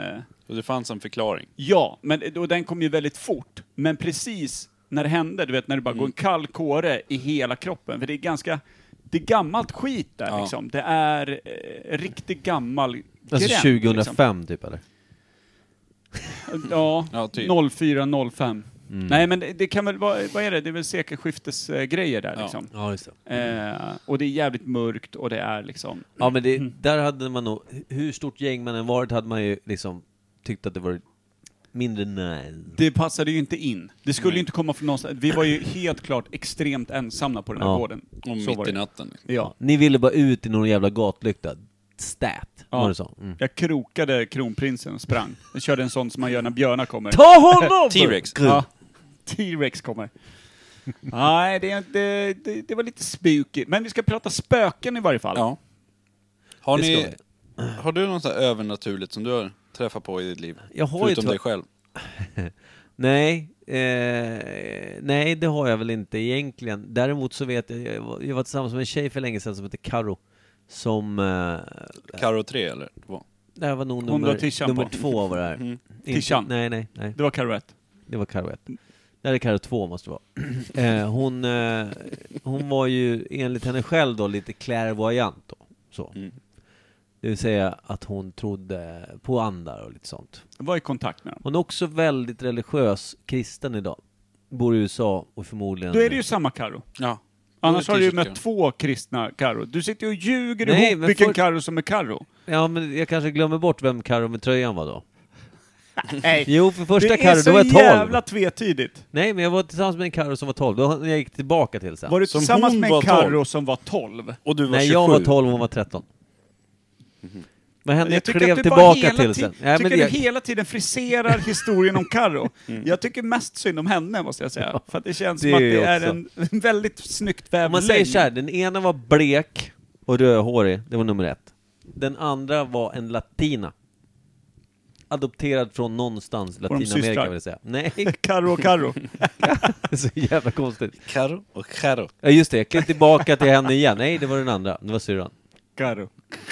Och det fanns en förklaring.
Ja, men då, den kom ju väldigt fort. Men precis när det hände, du vet när det bara
Mm.
går en kall kåre i hela kroppen. För det är ganska, det är gammalt skit där
Ja.
liksom. Det är eh, riktigt gammal
Alltså
gräns,
tjugohundrafem
liksom.
typ eller?
Ja,
Ja, typ.
noll fyra noll fem.
Mm.
Nej men det, det kan väl vara, vad är det? Det är väl sekelskiftesgrejer där
Ja.
liksom.
Ja, just det.
Eh, och det är jävligt mörkt och det är liksom...
Ja, men det, där hade man nog, hur stort gäng man än varit hade man ju liksom tyckt att det var mindre nice.
Det passade ju inte in. Det skulle
Nej.
ju inte komma från någonstans. Vi var ju helt klart extremt ensamma på den här
Ja.
gården.
Om
Så
mitt
var
i
det.
natten. Liksom.
Ja.
Ni ville bara ut i någon jävla gatlykta. Stat,
Ja.
var det så? Mm.
Jag krokade kronprinsen och sprang. Jag körde en sån som man gör när björnar kommer.
Ta honom!
T-Rex.
Ja. T-Rex kommer. Nej, det, det, det, det var lite spooky. Men vi ska prata spöken i varje fall.
Ja. Har,
Det ska
ni, har du något så här övernaturligt som du har träffat på i ditt liv?
Jag har ju
Förutom
tra-
dig själv.
Nej, eh, nej det har jag väl inte egentligen. Däremot så vet jag, jag var, jag var tillsammans med en tjej för länge sedan som heter Karo. Som, eh,
Karo tre eller? Två?
det här var nog
Hon var
nummer,
Tishan
nummer
på.
två var det här.
Mm.
Inte-
Tishan.
Nej, nej, nej.
Det var Karo ett.
Det var Karo ett. Det här är Karo två måste det vara. eh, hon, eh, hon var ju enligt henne själv då lite clairvoyant då. Så.
Mm.
Det vill säga att hon trodde på andar och lite sånt.
Var i kontakt med dem.
Hon är också väldigt religiös kristen idag. Bor i U S A och förmodligen...
Då är det ju samma Karo.
Ja.
Annars
Då är
har
det
du ju
t-shirt,
mött två kristna Karo. Du sitter och ljuger
Nej,
ihop
men
vilken
för-
Karo som är Karo.
Ja, men jag kanske glömmer bort vem Karo med tröjan var då.
Nej.
Jo, för första
Det är
Karo,
så
då var jag tolv.
jävla tvetydigt.
Nej, men jag var tillsammans med en Karo som var tolv. Då jag gick tillbaka till sen.
Var du
Som
tillsammans
hon
med
var
en Karo
tolv?
som var tolv?
Och du var
Nej,
tjugosju.
jag var tolv och hon var tretton. Vad hände? Jag
tycker
klev
att du bara
tillbaka
hela
till
ti-
sen.
Jag tycker
men
du
det,
hela tiden friserar historien om Karo. Jag tycker mest synd om henne, måste jag säga. För att det känns
det
som att
är
det är
också.
en, en väldigt snyggt vävd
om man säger
längd.
så här, den ena var blek och rödhårig. Det var nummer ett. Den andra var en latina. Adopterad från någonstans,
de
Latinamerika
systrar?
vill jag säga. Nej,
Karo och Karo.
det är så jävla konstigt.
Karo och Karo.
Ja just det, jag klev tillbaka till henne igen. Nej, det var den andra. Det var syrran.
Karo.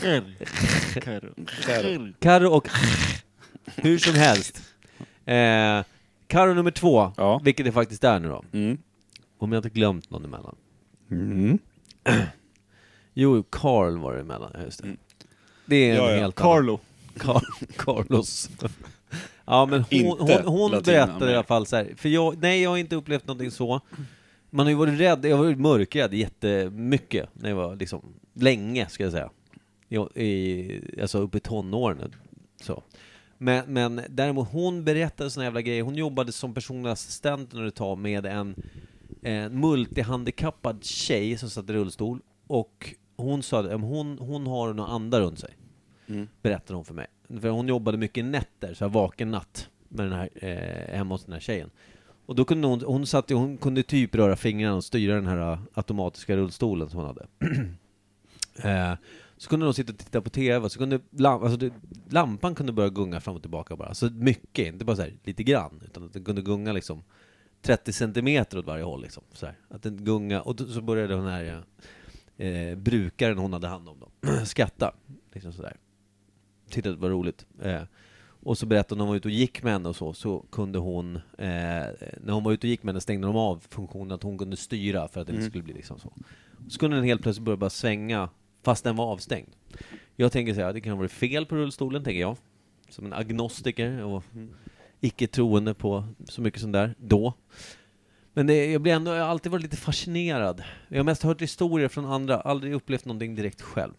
Karo.
Karo och hur som helst. Eh, Karo nummer två,
Ja.
vilket det faktiskt är nu då.
Mm.
Om jag inte glömt någon emellan.
Mm.
Jo, Carl var det emellan, ja, just det.
Mm.
Det är en
Ja, ja.
helt
Carlo.
annan. Car- Carlos. Ja, men hon,
Inte
hon, hon
Latinamerika.
berättade i alla fall så här. För jag, nej, jag har inte upplevt någonting så. Man har ju varit rädd, jag har varit mörkrädd jättemycket när jag var liksom, länge ska jag säga. Jag, i, alltså uppe i tonåren. Så. Men, men däremot hon berättade såna jävla grejer. Hon jobbade som personlig assistent när det tar med en, en multihandikappad tjej som satt i rullstol. Och hon sa att hon, hon har några andar runt sig.
Mm.
Berättade hon för mig. För hon jobbade mycket nätter, så här vaken natt med den här, eh, hemma hos den här tjejen. Och då kunde hon, hon satt, hon kunde typ röra fingrarna och styra den här uh, automatiska rullstolen som hon hade. eh, så kunde hon sitta och titta på tv, så kunde lam, alltså det, lampan kunde börja gunga fram och tillbaka bara. Så mycket, inte bara så här lite grann, utan att den kunde gunga liksom trettio centimeter åt varje håll liksom. Så här. Att den gunga, och då, så började den här eh, brukaren hon hade hand om dem skratta. Liksom sådär. Tittade det var roligt. Eh, och så berättade hon när hon var ute och gick med henne och så, så kunde hon, eh, när hon var ute och gick med henne stängde de av funktionen att hon kunde styra för att det inte
Mm.
skulle bli liksom så. Så kunde den helt plötsligt börja bara svänga fast den var avstängd. Jag tänker så här, det kan ha varit fel på rullstolen, tänker jag. Som en agnostiker och icke troende på så mycket sånt där då. Men det, jag blir ändå, jag har alltid varit lite fascinerad. Jag har mest hört historier från andra, aldrig upplevt någonting direkt själv.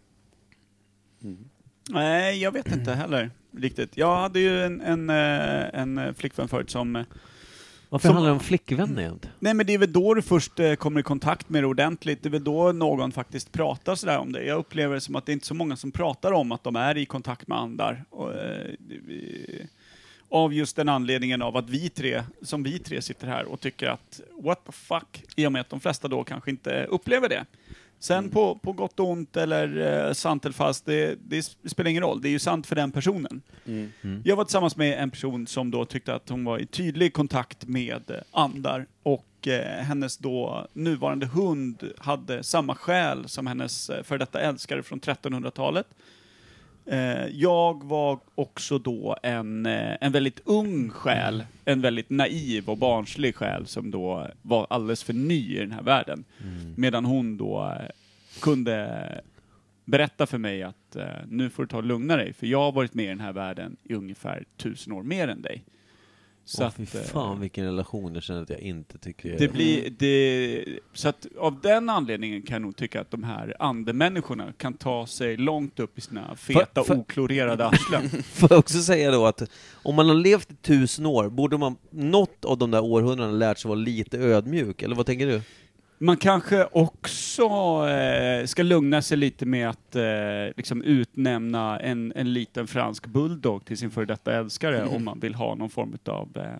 Nej, jag vet inte heller riktigt. Jag hade ju en, en, eh, en flickvän förut som... eh,
Varför
Som-
handlar det om flickvänner egentligen?
Nej, men det är väl då du först eh, kommer i kontakt med det ordentligt. Det är väl då någon faktiskt pratar sådär om det. Jag upplever det som att det är inte så många som pratar om att de är i kontakt med andar. Och, eh, vi- av just den anledningen av att vi tre, som vi tre sitter här och tycker att what the fuck, i och med att de flesta då kanske inte upplever det. Sen
Mm.
på, på gott och ont eller eh, sant eller fast, det, det spelar ingen roll. Det är ju sant för den personen.
Mm.
Mm.
Jag var tillsammans med en person som då tyckte att hon var i tydlig kontakt med eh, andar och eh, hennes då nuvarande hund hade samma själ som hennes eh, för detta älskare från trettonhundratalet. Eh, jag var också då en, eh, en väldigt ung själ, en väldigt naiv och barnslig själ som då var alldeles för ny i den här världen.
Mm.
Medan hon då eh, kunde berätta för mig att eh, nu får du ta och lugna dig, för jag har varit med i den här världen i ungefär tusen år mer än dig. Så
Åh,
att,
fy
eh,
fan vilken relation jag känner att jag inte tycker
det blir, det, så att av den anledningen kan jag nog tycka att de här andemänniskorna kan ta sig långt upp i sina feta,
För- för-
oklorerade arslen.
Får jag också säga då att om man har levt i tusen år, borde man något av de där århundraden lärt sig vara lite ödmjuk, eller vad tänker du?
Man kanske också eh, ska lugna sig lite med att eh, liksom utnämna en, en liten fransk bulldog till sin före detta älskare
Mm.
om man vill ha någon form av eh,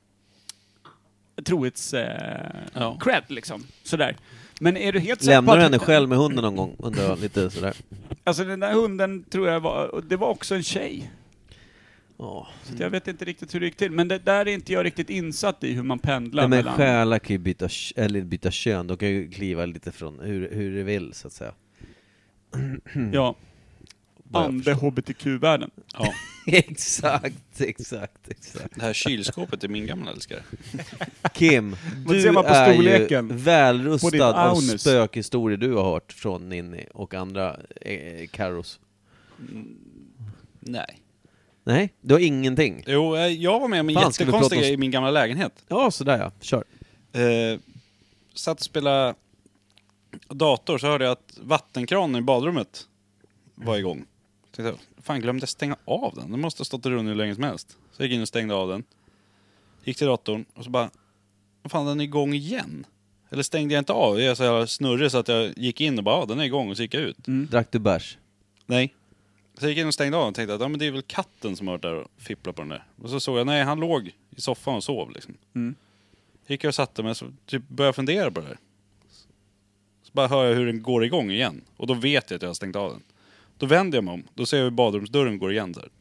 trohets eh,
Ja.
cred liksom. Sådär. Men är du helt säker på
Lämnar du
att-
henne själv med hunden någon gång? Undrar jag lite sådär.
Alltså den där hunden tror jag var, det var också en tjej.
Ja.
Så att jag vet inte riktigt hur det gick till. Men det där är inte jag riktigt insatt i hur man pendlar
Nej, men
mellan...
själar kan ju byta, k- eller byta kön, de kan ju kliva lite från hur, hur det vill så att säga.
Ja,
Vad jag
ande-H B T Q-världen.
Ja.
Exakt, exakt, exakt.
Det här kylskåpet är min gamla älskare.
Kim,
Vad
du
ser man på
är
storleken
ju
på ditt
välrustad av
anus?
spökhistorier du har hört från Ninni och andra eh, Karos.
Nej.
Nej, du har ingenting?
Jo, eh, jag var med om en
Fan, ska vi
jättekonstig
prata om-
grej i min gamla lägenhet.
Ja, sådär ja. Kör.
Eh, satt och spelade dator, så hörde jag att vattenkranen i badrummet var igång. Så tänkte jag, fan, glömde jag stänga av den? Den måste ha stått och runnit hur länge som helst. Så jag gick in och stängde av den. Gick till datorn och så bara, vad fan, den är igång igen? Eller stängde jag inte av? Jag är så jävla snurrig så att jag gick in och bara, ja, den är igång, och så gick jag ut.
Drack du bärs?
Nej. Så jag gick in och stängde av och tänkte att ja, men det är väl katten som har varit där och fipplat på den där. Och så såg jag, nej, han låg i soffan och sov liksom.
Mm.
Gick jag och satte mig, så typ började jag fundera på det här. Så bara hör jag hur den går igång igen. Och då vet jag att jag har stängt av den. Då vänder jag mig om, då ser jag hur badrumsdörren går igen där.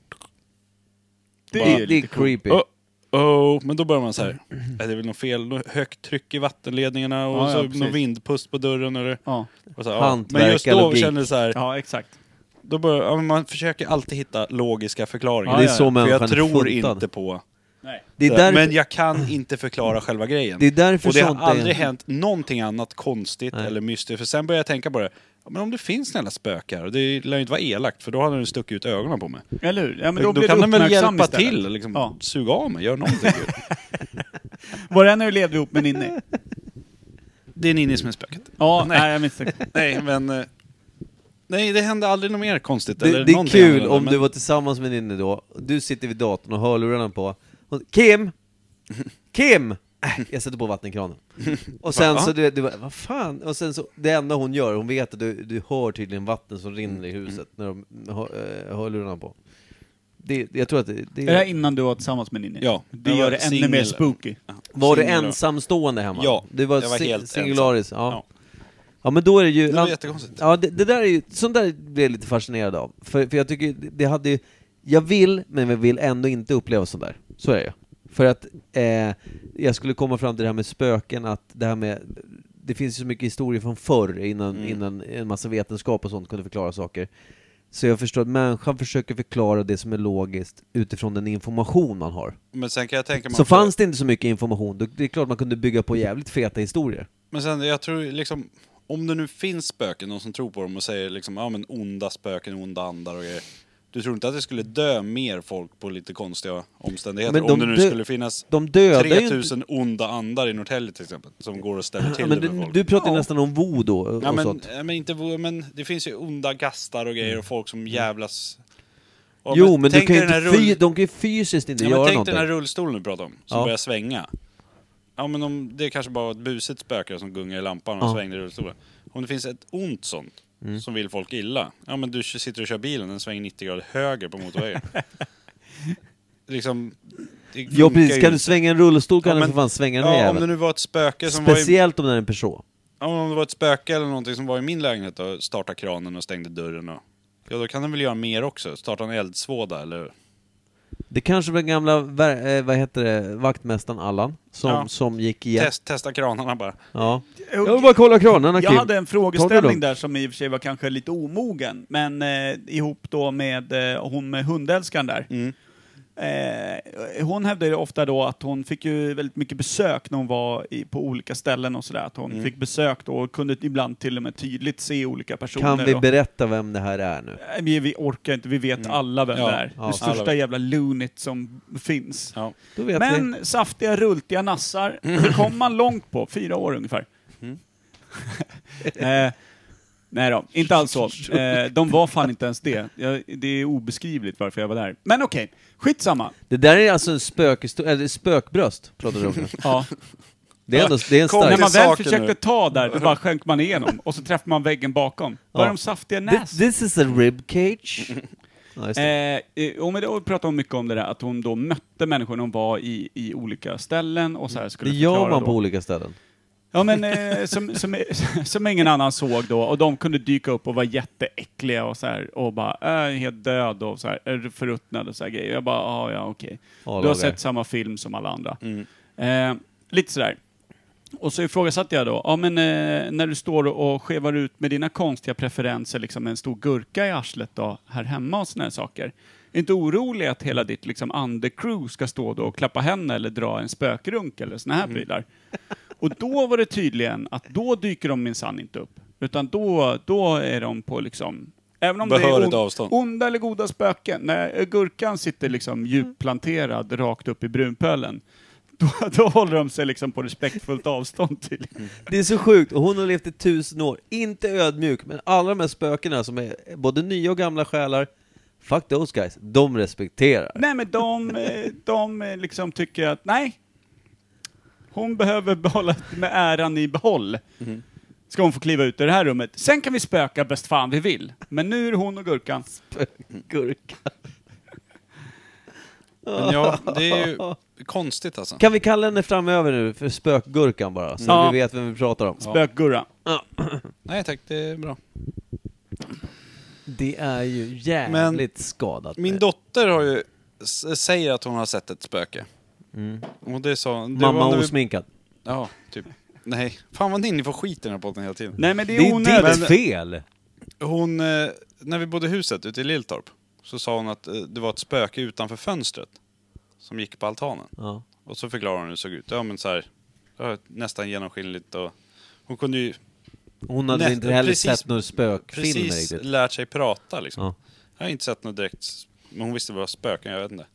Det
Bara-
är
Det är
lite coolt.
creepy.
Oh, oh, men då börjar man så här. Är det väl något fel? Något högt tryck i vattenledningarna och
Ja, ja,
så
precis.
någon vindpust på dörren eller...
Ja,
Och så här, ja. Men just då
Hantverkarlogik.
kände jag så här.
ja exakt.
Då börjar, ja, men man försöker alltid hitta logiska förklaringar.
Ja,
det är
ja,
så
ja.
För
människan
jag
är
tror
funtad.
inte på...
Nej.
Det är
det.
därför,
Men jag kan inte förklara själva grejen.
det är därför
Och det har
sånt
aldrig
är...
hänt någonting annat konstigt
Nej.
eller mystiskt. För sen började jag tänka på det. Ja, men om det finns snälla spökar, och det lär ju inte vara elakt, för då hade den stuckit ut ögonen på mig.
Eller hur? Ja, men
Då,
då,
då
blir
kan
du
den väl
uppmärksam
hjälpa
istället.
till, liksom,
Ja.
suga av mig, gör någonting.
Var det när du levde ihop med Ninni?
Det är Ninni som är spöket.
Ja,
Nej.
nej, jag misstänkte.
Nej, men... eh, Nej, det hände aldrig något mer konstigt.
Det,
eller
det är
någonting
kul
annorlunda,
om
men-
du var tillsammans med Ninni då, du sitter vid datorn och hörlurarna på. Och, Kim! Kim! Äh, jag sätter på vattenkranen. Och sen
Va?
så du, du bara, vad fan? Och sen så, det enda hon gör, hon vet att du, du hör tydligen vatten som rinner i huset när de har äh, hörlurarna på. Det, jag tror att det, det
Är det här innan du var tillsammans med Ninni?
Ja.
Det
Jag
gör
var
det ännu
singel.
mer spooky.
var du
Singel då.
ensamstående hemma?
Ja,
du var,
jag var
si-
helt
singularis. Ja.
Ja.
Ja, men då är det ju...
Det var jättekonstigt.
Ja, det, det där är ju... Sånt där blir jag lite fascinerad av. För, för jag tycker, det, det hade ju... Jag vill, men jag vill ändå inte uppleva sånt där. Så är det ju. För att eh, jag skulle komma fram till det här med spöken, att det här med... Det finns ju så mycket historier från förr, innan,
Mm.
innan en massa vetenskap och sånt kunde förklara saker. Så jag förstår att människan försöker förklara det som är logiskt utifrån den information man har.
Men sen kan jag tänka mig
Så
också-
fanns det inte så mycket information, då, det är klart man kunde bygga på jävligt feta historier.
Men sen, jag tror liksom, om det nu finns spöken, någon som tror på dem och säger liksom, ja men onda spöken, onda andar och grejer. Du tror inte att det skulle dö mer folk på lite konstiga omständigheter?
Men de
om det nu
dö-
skulle finnas
De dödar ju inte...
tre tusen onda andar i Norrtälje till exempel, som går och ställer till
Ja, men
det för
du,
folk.
du pratar
Ja.
nästan om voodoo och,
Ja,
och
men,
sånt.
ja, men inte vo- men det finns ju onda gastar och grejer och folk som jävlas. Ja,
Jo, men du
tänk
kan ju
dig den
inte
här
fy,
rull-
de kan ju fysiskt inte
Ja, men
göra
tänk
någonting.
den här rullstolen du pratar om, som
Ja.
börjar svänga. Ja, men om det kanske bara var ett busigt spöke som gungar i lampan och
Ja.
svängde i rullstolen. Om det finns ett ont sånt,
Mm.
som vill folk illa. Ja, men du sitter och kör bilen, den svänger nittio grader höger på motorvägen. liksom, det
Ja,
funkar
precis.
ju
Kan du
inte.
svänga en rullstol kan
Ja,
du
men-
för fan svänga den här
Ja, om det
jäveln.
nu var ett spöke som var i,
Speciellt om det är en person.
ja, om det var ett spöke eller någonting som var i min lägenhet och startade kranen och stängde dörren och... Ja, då kan den väl göra mer också. Starta en eldsvåda eller...
Det kanske var gamla, ver- eh, vad heter det, vaktmästaren Allan som,
Ja.
som gick igen.
Test, testa kranarna bara.
Ja. Jag vill bara kolla kranarna,
Jag
Kim.
hade en
Ta
frågeställning
det
där som i och för sig var kanske lite omogen, men eh, ihop då med eh, hon med hundälskaren där.
Mm.
Eh, hon hävdade ju ofta då att hon fick ju väldigt mycket besök när hon var i, på olika ställen och sådär. Att hon
Mm.
fick besök då och kunde ibland till och med tydligt se olika personer.
Kan vi
och,
berätta vem det här är nu?
Nej, vi, vi orkar inte, vi vet
Mm.
alla vem
Ja.
det är.
Ja,
det
alla
största
vet.
jävla lunit som finns.
Ja.
Då vet
Men
vi.
saftiga, rultiga nassar, det kom man långt på. Fyra år ungefär.
Mm.
eh, nej då, inte alls så. Eh, de var fan inte ens det. Jag, det är obeskrivligt varför jag var där. Men okej, skitsamma.
Det där är alltså en spökhisto- eller spökbröst, pratar du om nu.
Ja.
Det är, ändå, det är en
Kom
När
stark...
man
till
väl
saken
försökte
nu.
ta där, då bara sjönk man igenom. Och så träffade man väggen bakom. Var
Ja.
de saftiga
This,
näs?
this is a rib cage. Ja, just det.
Eh, eh, och med det och pratade hon mycket om det där, att hon då mötte människor när hon var i, i olika ställen och så här skulle
Det gör
förklara
man
då.
på olika ställen.
Ja, men eh, som, som, som ingen annan såg då, och de kunde dyka upp och vara jätteäckliga och så här, och bara, är helt död och så här, är du förruttnad och så här grejer. Jag bara, ah, ja okej. Du har
A-lagare.
sett samma film som alla andra.
Mm.
Eh, lite sådär. Och så ifrågasatte jag då, ja men eh, när du står och skevar ut med dina konstiga preferenser, liksom en stor gurka i arslet då, här hemma och såna här saker. Är inte orolig att hela ditt liksom undercrew ska stå då och klappa henne eller dra en spökrunk eller såna här prylar? Och då var det tydligen att då dyker de minsann inte upp. Utan då, då är de på liksom... Även om
Behörigt
det är on-
avstånd.
onda eller goda spöken. När gurkan sitter liksom djupplanterad rakt upp i brunpölen. Då, då håller de sig liksom på respektfullt avstånd till.
Det är så sjukt, och hon har levt i tusen år. Inte ödmjuk, men alla de här spökena som är både nya och gamla själar, fuck those guys, de respekterar.
Nej, men de, eh, de eh, liksom tycker att nej, hon behöver behålla med äran i behåll.
Mm.
Ska hon få kliva ut ur det här rummet. Sen kan vi spöka bäst fan vi vill. Men nu är det hon och gurkan.
Gurka.
Men ja, det är ju konstigt alltså.
Kan vi kalla henne framöver nu för spökgurkan bara, så
Ja.
vi vet vem vi pratar om?
Ja.
Spökgurra.
Nej tack, det är bra.
Det är ju jävligt skadat.
Min
med.
dotter har ju, s- säger att hon har sett ett spöke.
Mm.
Och det sa, det
Mamma
var när vi-
osminkad.
Ja, typ. Nej, fan vad ni får skit i den här podden hela tiden.
Nej, men det
Det
är
är
onödigt.
ditt fel!
Hon, eh, när vi bodde i huset ute i Lilltorp, så sa hon att eh, det var ett spöke utanför fönstret som gick på altanen.
Ja.
Och så förklarade hon hur det såg ut. Ja men så här, ja, nästan genomskinligt och hon kunde ju
Hon hade
Nä-
inte heller
precis-
sett några spökfilmer
precis
riktigt.
lärt sig prata liksom.
Ja.
Jag har inte sett något direkt, men hon visste vad spöken, jag vet inte.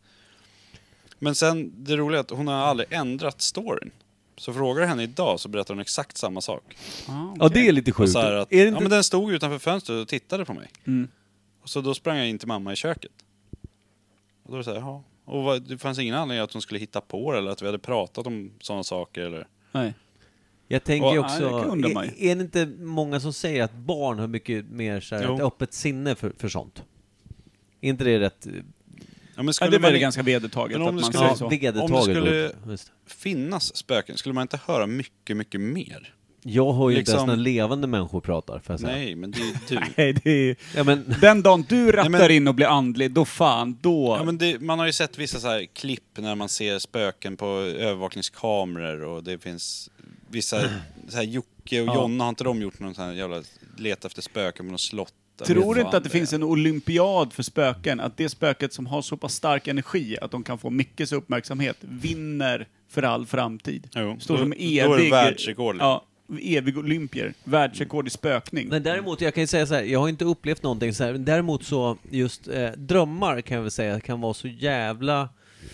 Men sen, det roliga är att hon har aldrig ändrat storyn. Så frågar jag henne idag så berättar hon exakt samma sak.
Ah,
Ja, det är lite
Och
sjukt.
så här att,
Är det
ja
inte...
men den stod utanför fönstret och tittade på mig.
Mm.
Och så då sprang jag in till mamma i köket. Och då var det så här, ja. Och vad, det fanns ingen anledning att hon skulle hitta på det eller att vi hade pratat om sådana saker eller...
Nej.
Jag tänker
Och-
också,
Ja, det kan undra mig.
är, är det inte många som säger att barn har mycket mer så här,
Jo.
ett öppet sinne för, för sånt? Är inte det rätt
Ja, men
Ja,
skulle
det är väl
man
ganska vedertaget
Men
att
om det
man
skulle-
säger
ja,
så.
vedertaget
Om det skulle-
ord? Just.
finnas spöken, skulle man inte höra mycket, mycket mer?
Jag hör ju inte
liksom-
ens när levande människor pratar, får jag säga.
Nej, men det är ju du.
Nej, det är...
Ja, men,
Den dagen du rattar
Nej, men-
in och blir andlig, då fan, då...
Ja, men det, man har ju sett vissa så här klipp när man ser spöken på övervakningskameror och det finns vissa, så här Jocke och
Ja.
Jonna, har inte de gjort någon sån här jävla leta efter spöken på något slott? Jag
Tror
vet
du
vad
inte att det
är.
finns en olympiad för spöken? Att det spöket som har så pass stark energi att de kan få Mickes uppmärksamhet vinner för all framtid?
Jo,
Står
då-
som
då är det
evig...
världsrekord.
Ja, evig olympier. Världsrekord i spökning.
men däremot, jag kan ju säga så här, jag har inte upplevt någonting så här, men däremot så, just eh, drömmar kan jag väl säga, kan vara så jävla...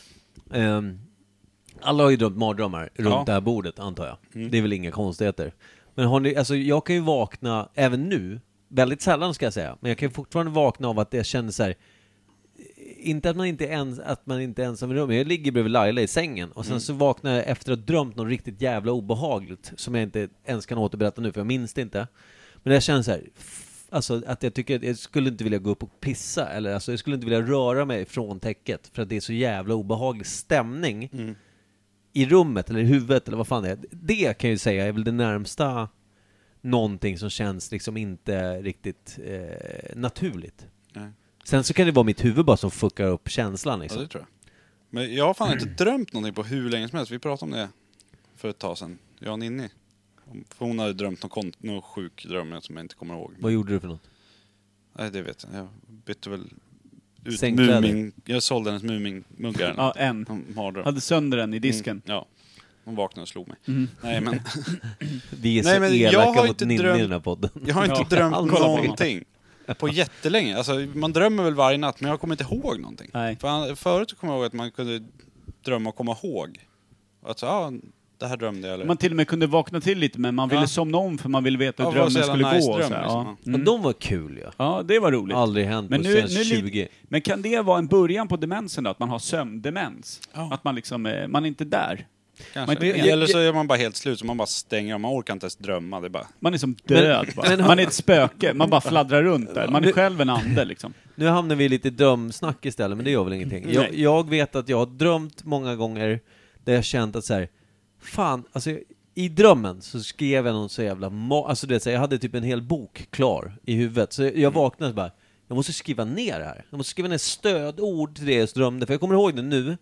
ehm, alla har ju drömt mardrömmar runt
Ja.
det här bordet, antar jag.
Mm.
Det är väl inga konstigheter. Men har ni, alltså jag kan ju vakna, även nu, väldigt sällan ska jag säga, men jag kan ju fortfarande vakna av att jag känner så här. Inte att man inte är ens, att man inte är ensam i rummet. Jag ligger bredvid Laila i sängen och sen
Mm.
så vaknar jag efter att ha drömt något riktigt jävla obehagligt som jag inte ens kan återberätta nu för jag minns det inte. Men jag känner så här, f- alltså att jag tycker att jag skulle inte vilja gå upp och pissa eller alltså jag skulle inte vilja röra mig från täcket för att det är så jävla obehaglig stämning
Mm.
i rummet eller i huvudet eller vad fan det är. Det kan jag ju säga är väl det närmsta någonting som känns liksom inte riktigt eh, naturligt.
Nej.
Sen så kan det vara mitt huvud bara som fuckar upp känslan
Ja,
liksom.
det tror jag. Men jag har fan inte drömt någonting på hur länge som helst. Vi pratade om det för ett tag sedan. Jag och Ninni. För hon hade drömt någon, kon- någon sjuk dröm som jag inte kommer ihåg.
Vad gjorde du för något?
Nej, det vet jag. Jag bytte väl ut
Sängkläder.
Mumin. Jag sålde hennes Mumin-muggar.
Ja, en.
Hon mardröm.
Hade sönder den i disken.
Mm, ja. Hon vaknade och slog mig.
Mm.
Nej, men
Vi är
Nej,
så
men jag
elaka
har
mot
inte
Ninni
drömt-
i den här podden.
jag har inte
Ja,
drömt
kolla på
någonting på jättelänge. Alltså, man drömmer väl varje natt, men jag kommer inte ihåg någonting.
Nej.
För an- förut så kommer jag ihåg att man kunde drömma och komma ihåg. Alltså, ja, det här drömde jag. Eller?
Man till och med kunde vakna till lite, men man ville
Ja.
somna om för man ville veta hur
Ja, det var
drömmen
så
skulle
jävla nice
gå. och
dröm,
så här,
liksom.
ja.
Men
Mm.
de var kul ja.
ja, det var roligt.
Aldrig hänt på
Men nu,
senaste
nu,
tjugo.
men kan det vara en början på demensen då? Att man har sömndemens?
Ja.
Att man liksom, eh, man är inte där.
Kanske.
Men det-
Eller så är man bara helt slut, så man bara stänger av. Man orkar inte ens drömma. Det är bara...
Man är som död bara.
men-
Man är ett spöke, man bara fladdrar runt där. Man är
Nu-
själv en ande liksom.
Nu hamnar vi lite i drömsnack istället, men det gör väl ingenting. Jag,
Nej.
jag vet att jag har drömt många gånger där jag känt att så här, fan, alltså i drömmen så skrev jag någon så jävla, mo- alltså det, så här, jag hade typ en hel bok klar i huvudet. Så jag vaknade och bara, jag måste skriva ner det här. Jag måste skriva ner stödord till det jag drömde, för jag kommer ihåg det nu.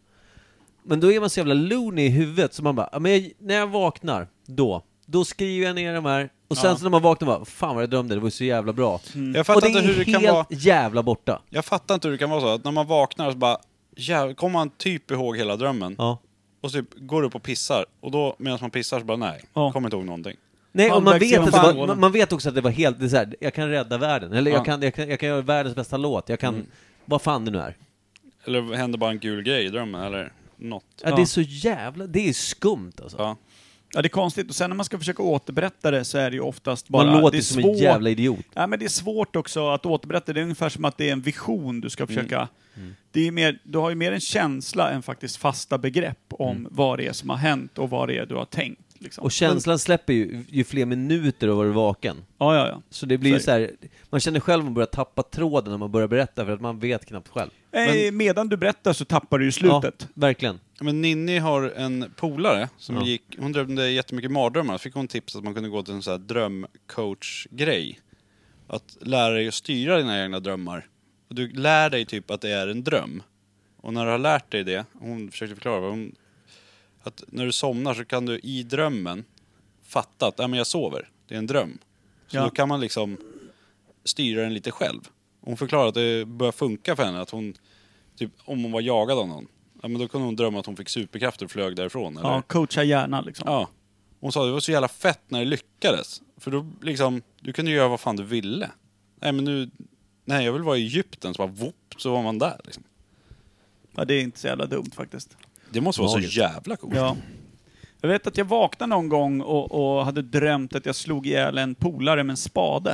Men då är man så jävla loony i huvudet, så man bara, ja, men jag, när jag vaknar, då, då skriver jag ner de här. Och sen
Ja.
så när man vaknar bara, fan vad jag drömde, det var så jävla bra.
Jag
Och
fattar
det
inte
är
hur det kan
helt
vara...
jävla borta.
Jag fattar inte hur det kan vara så att när man vaknar så bara... Ja, kommer man typ ihåg hela drömmen.
Ja.
Och så typ går upp och pissar. Och då, medan man pissar så bara nej,
Ja.
kommer inte ihåg någonting.
Nej, och man
Halvvägs
vet, att det
genom
var,
fan.
man vet också att det var helt, det är så här, jag kan rädda världen, eller
Ja.
jag, kan, jag, kan, jag kan göra världens bästa låt, jag kan,
Mm.
vad fan det nu är.
Eller händer bara en gul grej i drömmen, eller något.
Ja,
Ja.
det är så jävla, det är skumt alltså.
Ja.
Ja, det är konstigt. Och sen när man ska försöka återberätta det så är det ju oftast bara...
Man
det
låter
är
som
svårt.
en jävla idiot.
Ja, men det är svårt också att återberätta. Det är ungefär som att det är en vision du ska försöka...
Mm.
Det är mer, du har ju mer en känsla än faktiskt fasta begrepp om
Mm.
vad det är som har hänt och vad det är du har tänkt. Liksom.
Och känslan släpper ju, ju fler minuter du har varit vaken.
Ja, ja, ja.
Så det blir ju
Så
så här, man känner själv att man börjar tappa tråden när man börjar berätta, för att man vet knappt själv.
Men, medan du berättar så tappar du ju slutet.
Ja, verkligen.
Men Ninni har en polare som
Ja.
gick... Hon drömde jättemycket mardrömmar. Fick hon tips att man kunde gå till en sån här drömcoach-grej. Att lära dig att styra dina egna drömmar. Och du lär dig typ att det är en dröm. Och när du har lärt dig det, hon försökte förklara vad hon, att när du somnar så kan du i drömmen fatta att ja, men jag sover, det är en dröm. Så
Ja.
då kan man liksom styra den lite själv. Hon förklarade att det börjar funka för henne, att hon, typ om hon var jagad av någon, ja men då kunde hon drömma att hon fick superkrafter och flög därifrån. Eller?
Ja, coacha hjärnan liksom.
Ja. Hon sa att det var så jävla fett när det lyckades. För då liksom, du kunde göra vad fan du ville. Nej men nu, nej jag vill vara i Egypten, så bara whoop, så var man där liksom.
Ja, det är inte så jävla dumt faktiskt.
Det måste vara
Magiskt.
så jävla coolt.
Ja. Jag vet att jag vaknade någon gång och, och hade drömt att jag slog ihjäl en polare med en spade.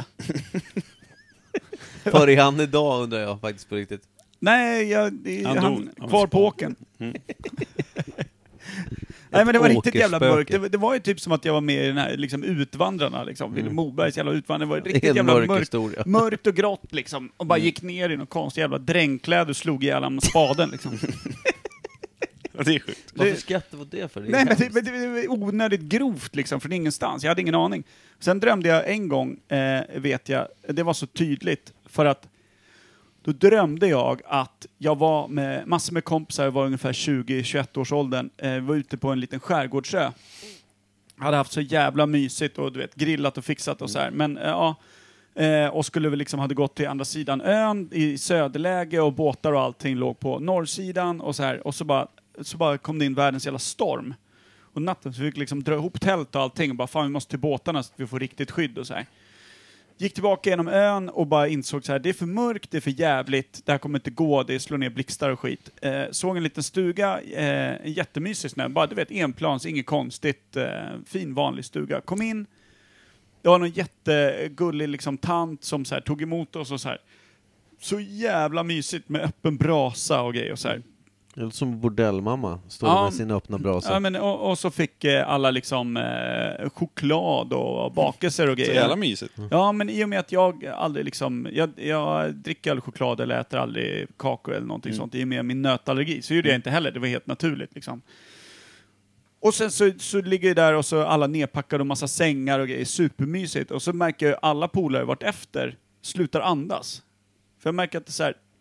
För är han idag, undrar jag faktiskt på riktigt.
Nej, jag, det,
Han
han,
dog. Han
kvar
var
på
spad.
åken.
Mm.
Nej men det var riktigt jävla
åkerspöke.
mörkt. Det, det var ju typ som att jag var med i den här liksom, Utvandrarna, liksom. Vilhelm
Mm.
Mobergs jävla Utvandrarna. Det var
Det är
riktigt
en
jävla
mörk
mörkt,
historia.
mörkt och grått liksom. Och bara gick ner i någon konstig jävla drängkläder och slog ihjäl honom med spaden liksom.
Ja, det är sjukt.
Varför skrattar du det för? Det är
Nej men det,
hemskt.
men det var onödigt grovt liksom, från ingenstans. Jag hade ingen aning. Sen drömde jag en gång, eh, vet jag, det var så tydligt, för att då drömde jag att jag var med massor med kompisar, jag var ungefär tjugo till tjugoett års åldern, eh, var ute på en liten skärgårdsö. Hade haft så jävla mysigt och du vet, grillat och fixat och så här. Men eh, ja, eh, och skulle väl liksom, hade gått till andra sidan ön i söderläge och båtar och allting låg på norrsidan och så här. Och så bara, så bara kom det in världens jävla storm. Och natten så fick vi liksom dra ihop tält och allting och bara fan vi måste till båtarna så att vi får riktigt skydd och så här. Gick tillbaka genom ön och bara insåg så här, det är för mörkt, det är för jävligt, det här kommer inte gå, det slår ner blixtar och skit. Eh, såg en liten stuga, eh, en jättemysig snö, bara du vet enplans, inget konstigt, eh, fin vanlig stuga. Kom in, det var någon jättegullig liksom tant som så här, tog emot oss och så här. Så jävla mysigt med öppen brasa och grejer och så här.
Det låter som bordellmamma, står
Ja.
med sin öppna brasa.
Ja, men, och, och så fick eh, alla liksom eh, choklad och bakelser och
Så
grejer.
jävla mysigt.
Ja, men i och med att jag aldrig liksom, jag, jag dricker aldrig choklad eller äter aldrig kakor eller någonting
Mm.
sånt, i och med min nötallergi, så gjorde jag inte heller, det var helt naturligt liksom. Och sen så, så ligger jag där och så alla nedpackade och massa sängar och grejer, supermysigt, och så märker jag alla polare vart efter slutar andas. För jag märker att det är så här,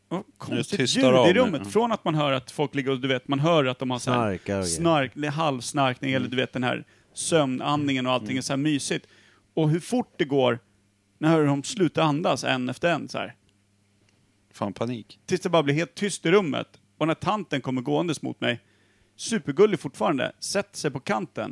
oh, konstigt
tystar
ljud
av
i rummet.
med.
Från att man hör att folk ligger och du vet, man hör att de har så här
Snarkar och
snark, det är halvsnarkning eller du vet den här sömnandningen och allting är så här mysigt. Och hur fort det går när de slutar andas en efter en så här.
Fan, panik.
Tills det bara blir helt tyst i rummet. Och när tanten kommer gåendes mot mig, supergullig fortfarande, sätter sig på kanten.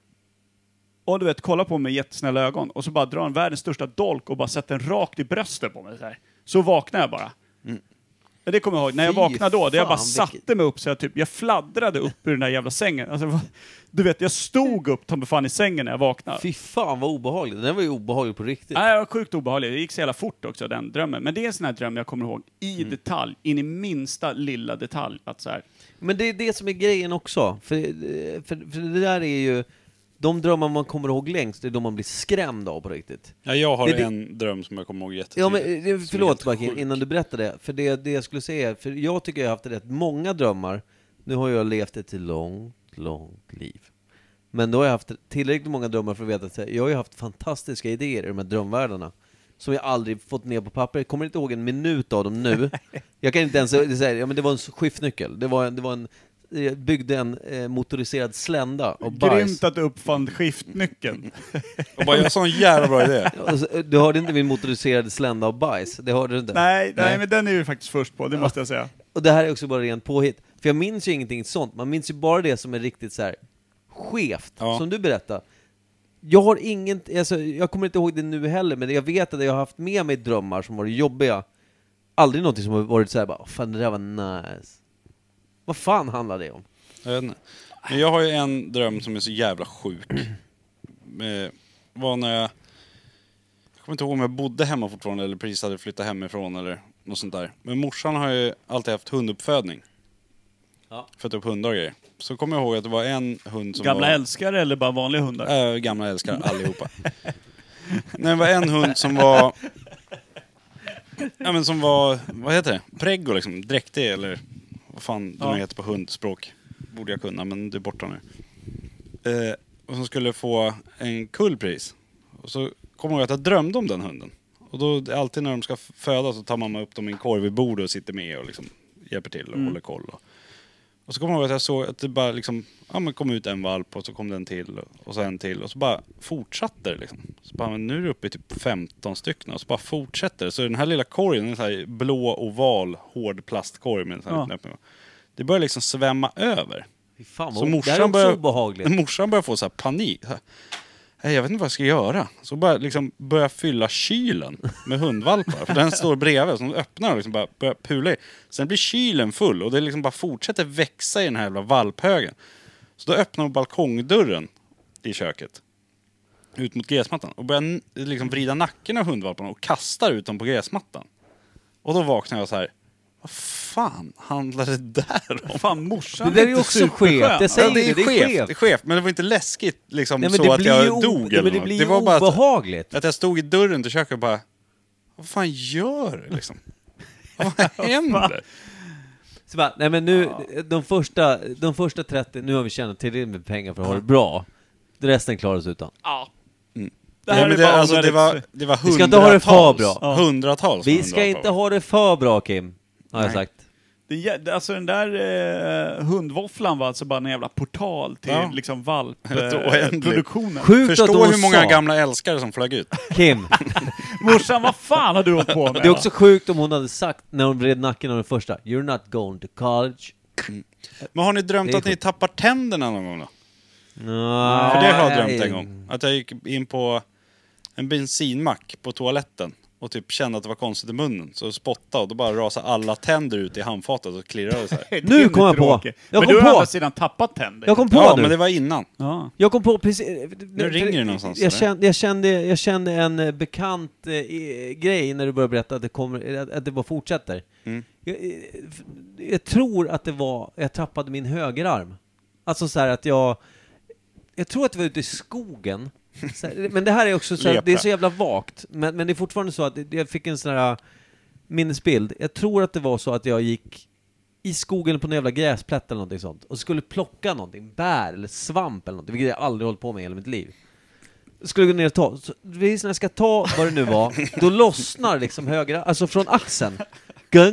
Och du vet, kollar på mig med jättesnälla ögon. Och så bara drar en världens största dolk och bara sätter den rakt i bröstet på mig. Så, här. Så vaknar jag bara. Mm. Det kommer jag ihåg. När jag
Fy
vaknade då, där jag bara
fan,
satte
vilket...
mig upp så jag typ, jag fladdrade upp ur den där jävla sängen. Alltså, du vet, jag stod upp, ta mig fan i sängen när jag vaknade.
Fy fan vad obehagligt. Den var ju obehaglig på riktigt.
Nej, jag var sjukt obehaglig. Det gick så jävla fort också, den drömmen. Men det är en sån här dröm jag kommer ihåg i mm. detalj, in i minsta lilla detalj. Att så här.
Men det är det som är grejen också. För, för, för det där är ju... De drömmar man kommer ihåg längst, det är de man blir skrämd av på riktigt.
Ja, jag har
det,
en
det...
dröm som jag kommer ihåg jättetydligt.
Ja, men förlåt Bakin, innan du berättar det. För det, det jag skulle säga, för jag tycker jag har haft rätt många drömmar. Nu har jag levt ett långt, långt liv. Men då har jag haft tillräckligt många drömmar för att veta att jag har ju haft fantastiska idéer i de här drömvärldarna. Som jag aldrig fått ner på papper. Jag kommer inte ihåg en minut av dem nu. Jag kan inte ens säga, ja men det var en skiftnyckel. Det var en, det var en byggde en eh, motoriserad slända och bajs.
Grymt att du uppfann skiftnyckeln.
Och bara, jag har sån jävla bra idé.
Du hörde inte min motoriserade slända och bajs. Det hörde du inte.
Nej, nej, nej, men den är ju faktiskt först på, det måste jag säga.
Och det här är också bara rent påhitt. För jag minns ju ingenting sånt. Man minns ju bara det som är riktigt så här skevt. Ja. Som du berättade. Jag har inget, alltså, jag kommer inte ihåg det nu heller, men jag vet att jag har haft med mig drömmar som varit jobbiga. Aldrig något som har varit så här bara, fan det där var nice. Vad fan handlar det om?
Jag vet inte. Men jag har ju en dröm som är så jävla sjuk. Det var när jag... Jag kommer inte ihåg om jag bodde hemma fortfarande eller precis hade flyttat hemifrån eller något sånt där. Men morsan har ju alltid haft hunduppfödning. Ja. Fött upp hundar och grejer. Så kommer jag ihåg att det var en hund som
gamla
var...
älskare eller bara vanliga hundar?
Äh, gamla älskare, allihopa. Nej, det var en hund som var... Ja, men som var... Vad heter det? Preggo liksom. Dräktig eller... Vad fan det ja. heter på hundspråk. Borde jag kunna, men det är borta nu. Eh, och som skulle få en kullpris. Och så kommer jag att jag drömde om den hunden. Och då alltid när de ska föda så tar mamma upp dem i en korg vid bordet och sitter med och liksom hjälper till och mm. håller koll. Och, och så kommer jag ihåg att jag såg att det bara liksom... Ja, men kom ut en valp och så kom den till och, och så en till. Och så bara fortsatte det liksom. Så bara, men nu är det uppe i typ femton stycken. Och så bara fortsätter det. Så den här lilla korgen, en sån här blå oval hård plastkorg med en sån här ja. knäpp. Det börjar liksom svämma över.
Fan,
så
morsan det är
börjar,
obehagligt.
Morsan börjar få så här panik. Så här, jag vet inte vad jag ska göra. Så bara liksom börjar fylla kylen med hundvalpar. För den står bredvid. Så de öppnar och liksom bara börjar pula i. Sen blir kylen full. Och det liksom bara fortsätter växa i den här jävla valphögen. Så då öppnar de balkongdörren i köket. Ut mot gräsmattan. Och börjar liksom vrida nacken av hundvalparna. Och kastar ut dem på gräsmattan. Och då vaknar jag så här. Vad fan handlar det där om?
Fan, morsan
det där är också skevt. Det,
ja, det är det, skevt. Det är skevt. Men det var inte läskigt liksom, nej, så att jag o- dog.
Nej, men det blir
det var
obehagligt.
Bara att, att jag stod i dörren till köket och bara, vad fan gör du liksom? Vad händer?
Så bara, nej men nu, de första, de första trettio, nu har vi tjänat tillräckligt med pengar för att ha det bra. Resten klarar oss utan.
Ja.
Mm. Det, här ja, det, alltså, det, var, det var hundratals. Vi
ska inte ha det för bra.
Ja. Hundratals.
Vi ska inte ha det för bra, Kim. Har jag sagt.
Det, alltså den där eh, hundvåfflan var alltså bara en jävla portal till ja. liksom valpproduktionen.
Eh, Förstå hur många sa. gamla älskare som flög ut.
Kim.
Morsan, vad fan har du hållit på med?
Det är också sjukt om hon hade sagt när hon vred nacken av den första. You're not going to college.
Mm. Men har ni drömt att ni tappar tänderna någon gång då?
Nej.
För det har jag drömt en gång. Att jag gick in på en bensinmack på toaletten. Och typ kände att det var konstigt i munnen. Så spottade och då bara rasade alla tänder ut i handfatet och klirrade så här.
Nu kom jag på. Jag
men
kom
du
på.
har andra sidan tappat tänder.
Jag kom på
ja,
nu.
men det var innan.
Ja.
Jag kom på precis.
Nu ringer det någonstans.
Jag kände, jag kände, jag kände en bekant eh, grej när du började berätta att det kommer, att, att det bara fortsätter. Mm. Jag, jag tror att det var, jag tappade min högerarm. Alltså så här att jag, jag tror att det var ute i skogen. Här, men det här är också så här, det är så jävla vagt, men, men det är fortfarande så att jag fick en sån här minnesbild. Jag tror att det var så att jag gick i skogen på en jävla gräsplätt eller någonting sånt och skulle plocka någonting, bär eller svamp eller någonting, vilket jag aldrig hållit på med i hela mitt liv. Skulle gå ner och ta, så när jag ska ta vad det nu var, då lossnar liksom högra, alltså från axeln, gunk,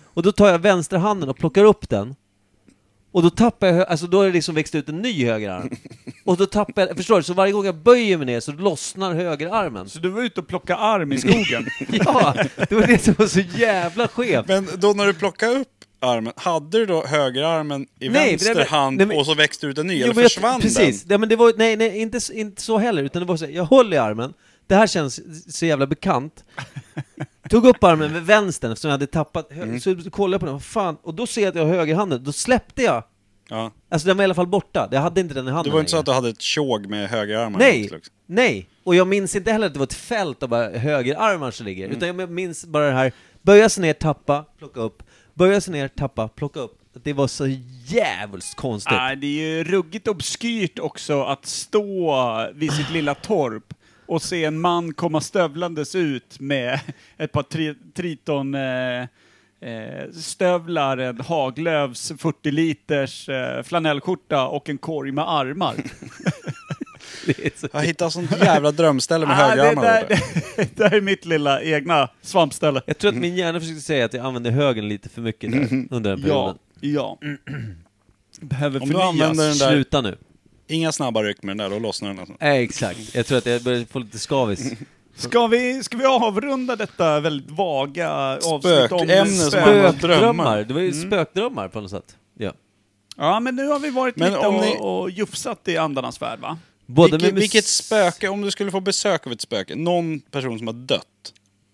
Och då tar jag vänsterhanden och plockar upp den. Och då tappar jag, hö- alltså då har det liksom växt ut en ny högerarm. Och då tappar jag, förstår du? Så varje gång jag böjer mig ner så lossnar högerarmen.
Så du var ute och plocka arm i skogen?
Ja, det var det som var så jävla skevt.
Men då när du plockade upp armen, hade du då högerarmen i
Nej,
vänster
nej, men-
hand
nej, men-
och så växte ut en ny,
Jo,
eller
men jag-
försvann
precis.
den?
Ja, men det var, nej, nej inte, s- inte så heller. Utan det var så här, jag håller i armen. Det här känns så jävla bekant. Tog upp armen med vänstern eftersom jag hade tappat. Hö-
Mm.
Så kollade jag på den, vad fan. Och då ser jag att jag har högerhanden. Då släppte jag.
Ja.
Alltså den var i alla fall borta. Jag hade inte den i handen
Det var inte så
längre.
att du hade ett tjog med högerarmar?
Nej,
också, liksom.
nej. Och jag minns inte heller att det var ett fält av bara högerarmar som ligger.
Mm.
Utan jag minns bara det här. Böja sig ner, tappa, plocka upp. Böja sig ner, tappa, plocka upp. Det var så jävligt konstigt.
Nej, det är ju ruggigt obskyrt också att stå vid sitt lilla torp och se en man komma stövlandes ut med ett par tri- triton eh, eh, stövlar, en Haglöfs fyrtio liters eh, flanellskjorta och en korg med armar.
Det är så...
Jag hittade sånt jävla drömställe med
Ah, det,
högerarmar.
där,
där.
det, det här är mitt lilla egna svampställe.
Jag tror att min hjärna försökte säga att jag använde högen lite för mycket där under den
Ja,
perioden.
ja. Behöver
Om du
förnyas.
använder den där,
Sluta nu.
inga snabba ryck med den där, då lossnar den alltså.
Nej, exakt. Jag tror att jag börjar få lite skavis.
Ska vi, ska vi avrunda detta väldigt vaga avsnitt om
Spökämne som
spök?
man- drömmar.
Spökdrömmar. Det var ju
Mm.
spökdrömmar på något sätt. Ja.
Ja, men nu har vi varit
Men
lite
om
och,
ni-
och jufsat i andarnas värld, va?
Både
Vilket,
med
vilket
mus-
spöke, om du skulle få besök av ett spöke, någon person som har dött.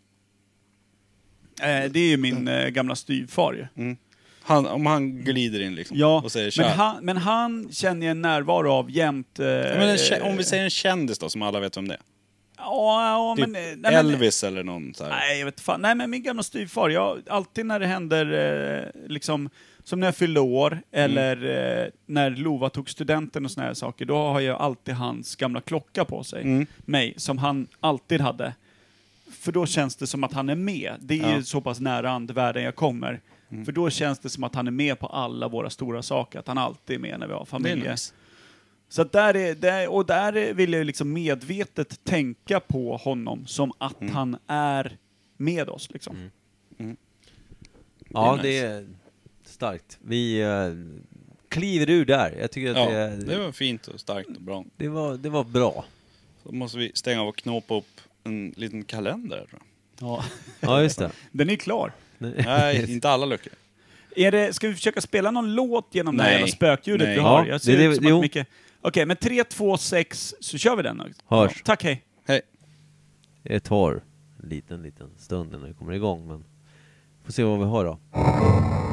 Eh, det är ju min eh, gamla styvfar ju.
Han, om han glider in liksom
Ja,
och säger tja.
men han, men han känner jag en närvaro av jämt... Eh,
Ja, men en, kä- om vi säger en kändis då, som alla vet om det är.
Ja, ja
Typ
men... eh, nej, men-
Elvis eller någon så här.
Nej, jag vet fan. Nej, men min gamla styvfar, jag, alltid när det händer, eh, liksom, som när jag fyllde år, eller eh, när Lova tog studenten och såna här saker, då har jag alltid hans gamla klocka på sig,
Mm.
mig, som han alltid hade. För då känns det som att han är med. Det är
Ja.
ju så pass nära andevärlden jag kommer.
Mm.
För då känns det som att han är med på alla våra stora saker, att han alltid är med när vi har
Det är
familj.
nice.
Så att där är, där, och där vill jag liksom medvetet tänka på honom som att
Mm.
han är med oss. Liksom.
Ja,
Det är
det är starkt. Vi uh, kliver ur där. Jag tycker att
Ja,
det,
det var fint och starkt och bra.
det, var, det var bra.
Så måste vi stänga av och knåpa upp en liten kalender, tror jag.
Ja.
Ja, just det.
Den är klar.
Nej, inte alla luckor.
Är det, ska vi försöka spela någon låt genom det här
Nej.
jävla spökljudet
Nej.
vi har?
Ja,
Jag ser
det-
ut
det-
som att
jo.
Micke... Okej, men tre, två, sex så kör vi den.
Hörs.
Ja, tack, hej.
Hej.
Det tar en liten, liten stund när det kommer igång, men får se vad vi har då.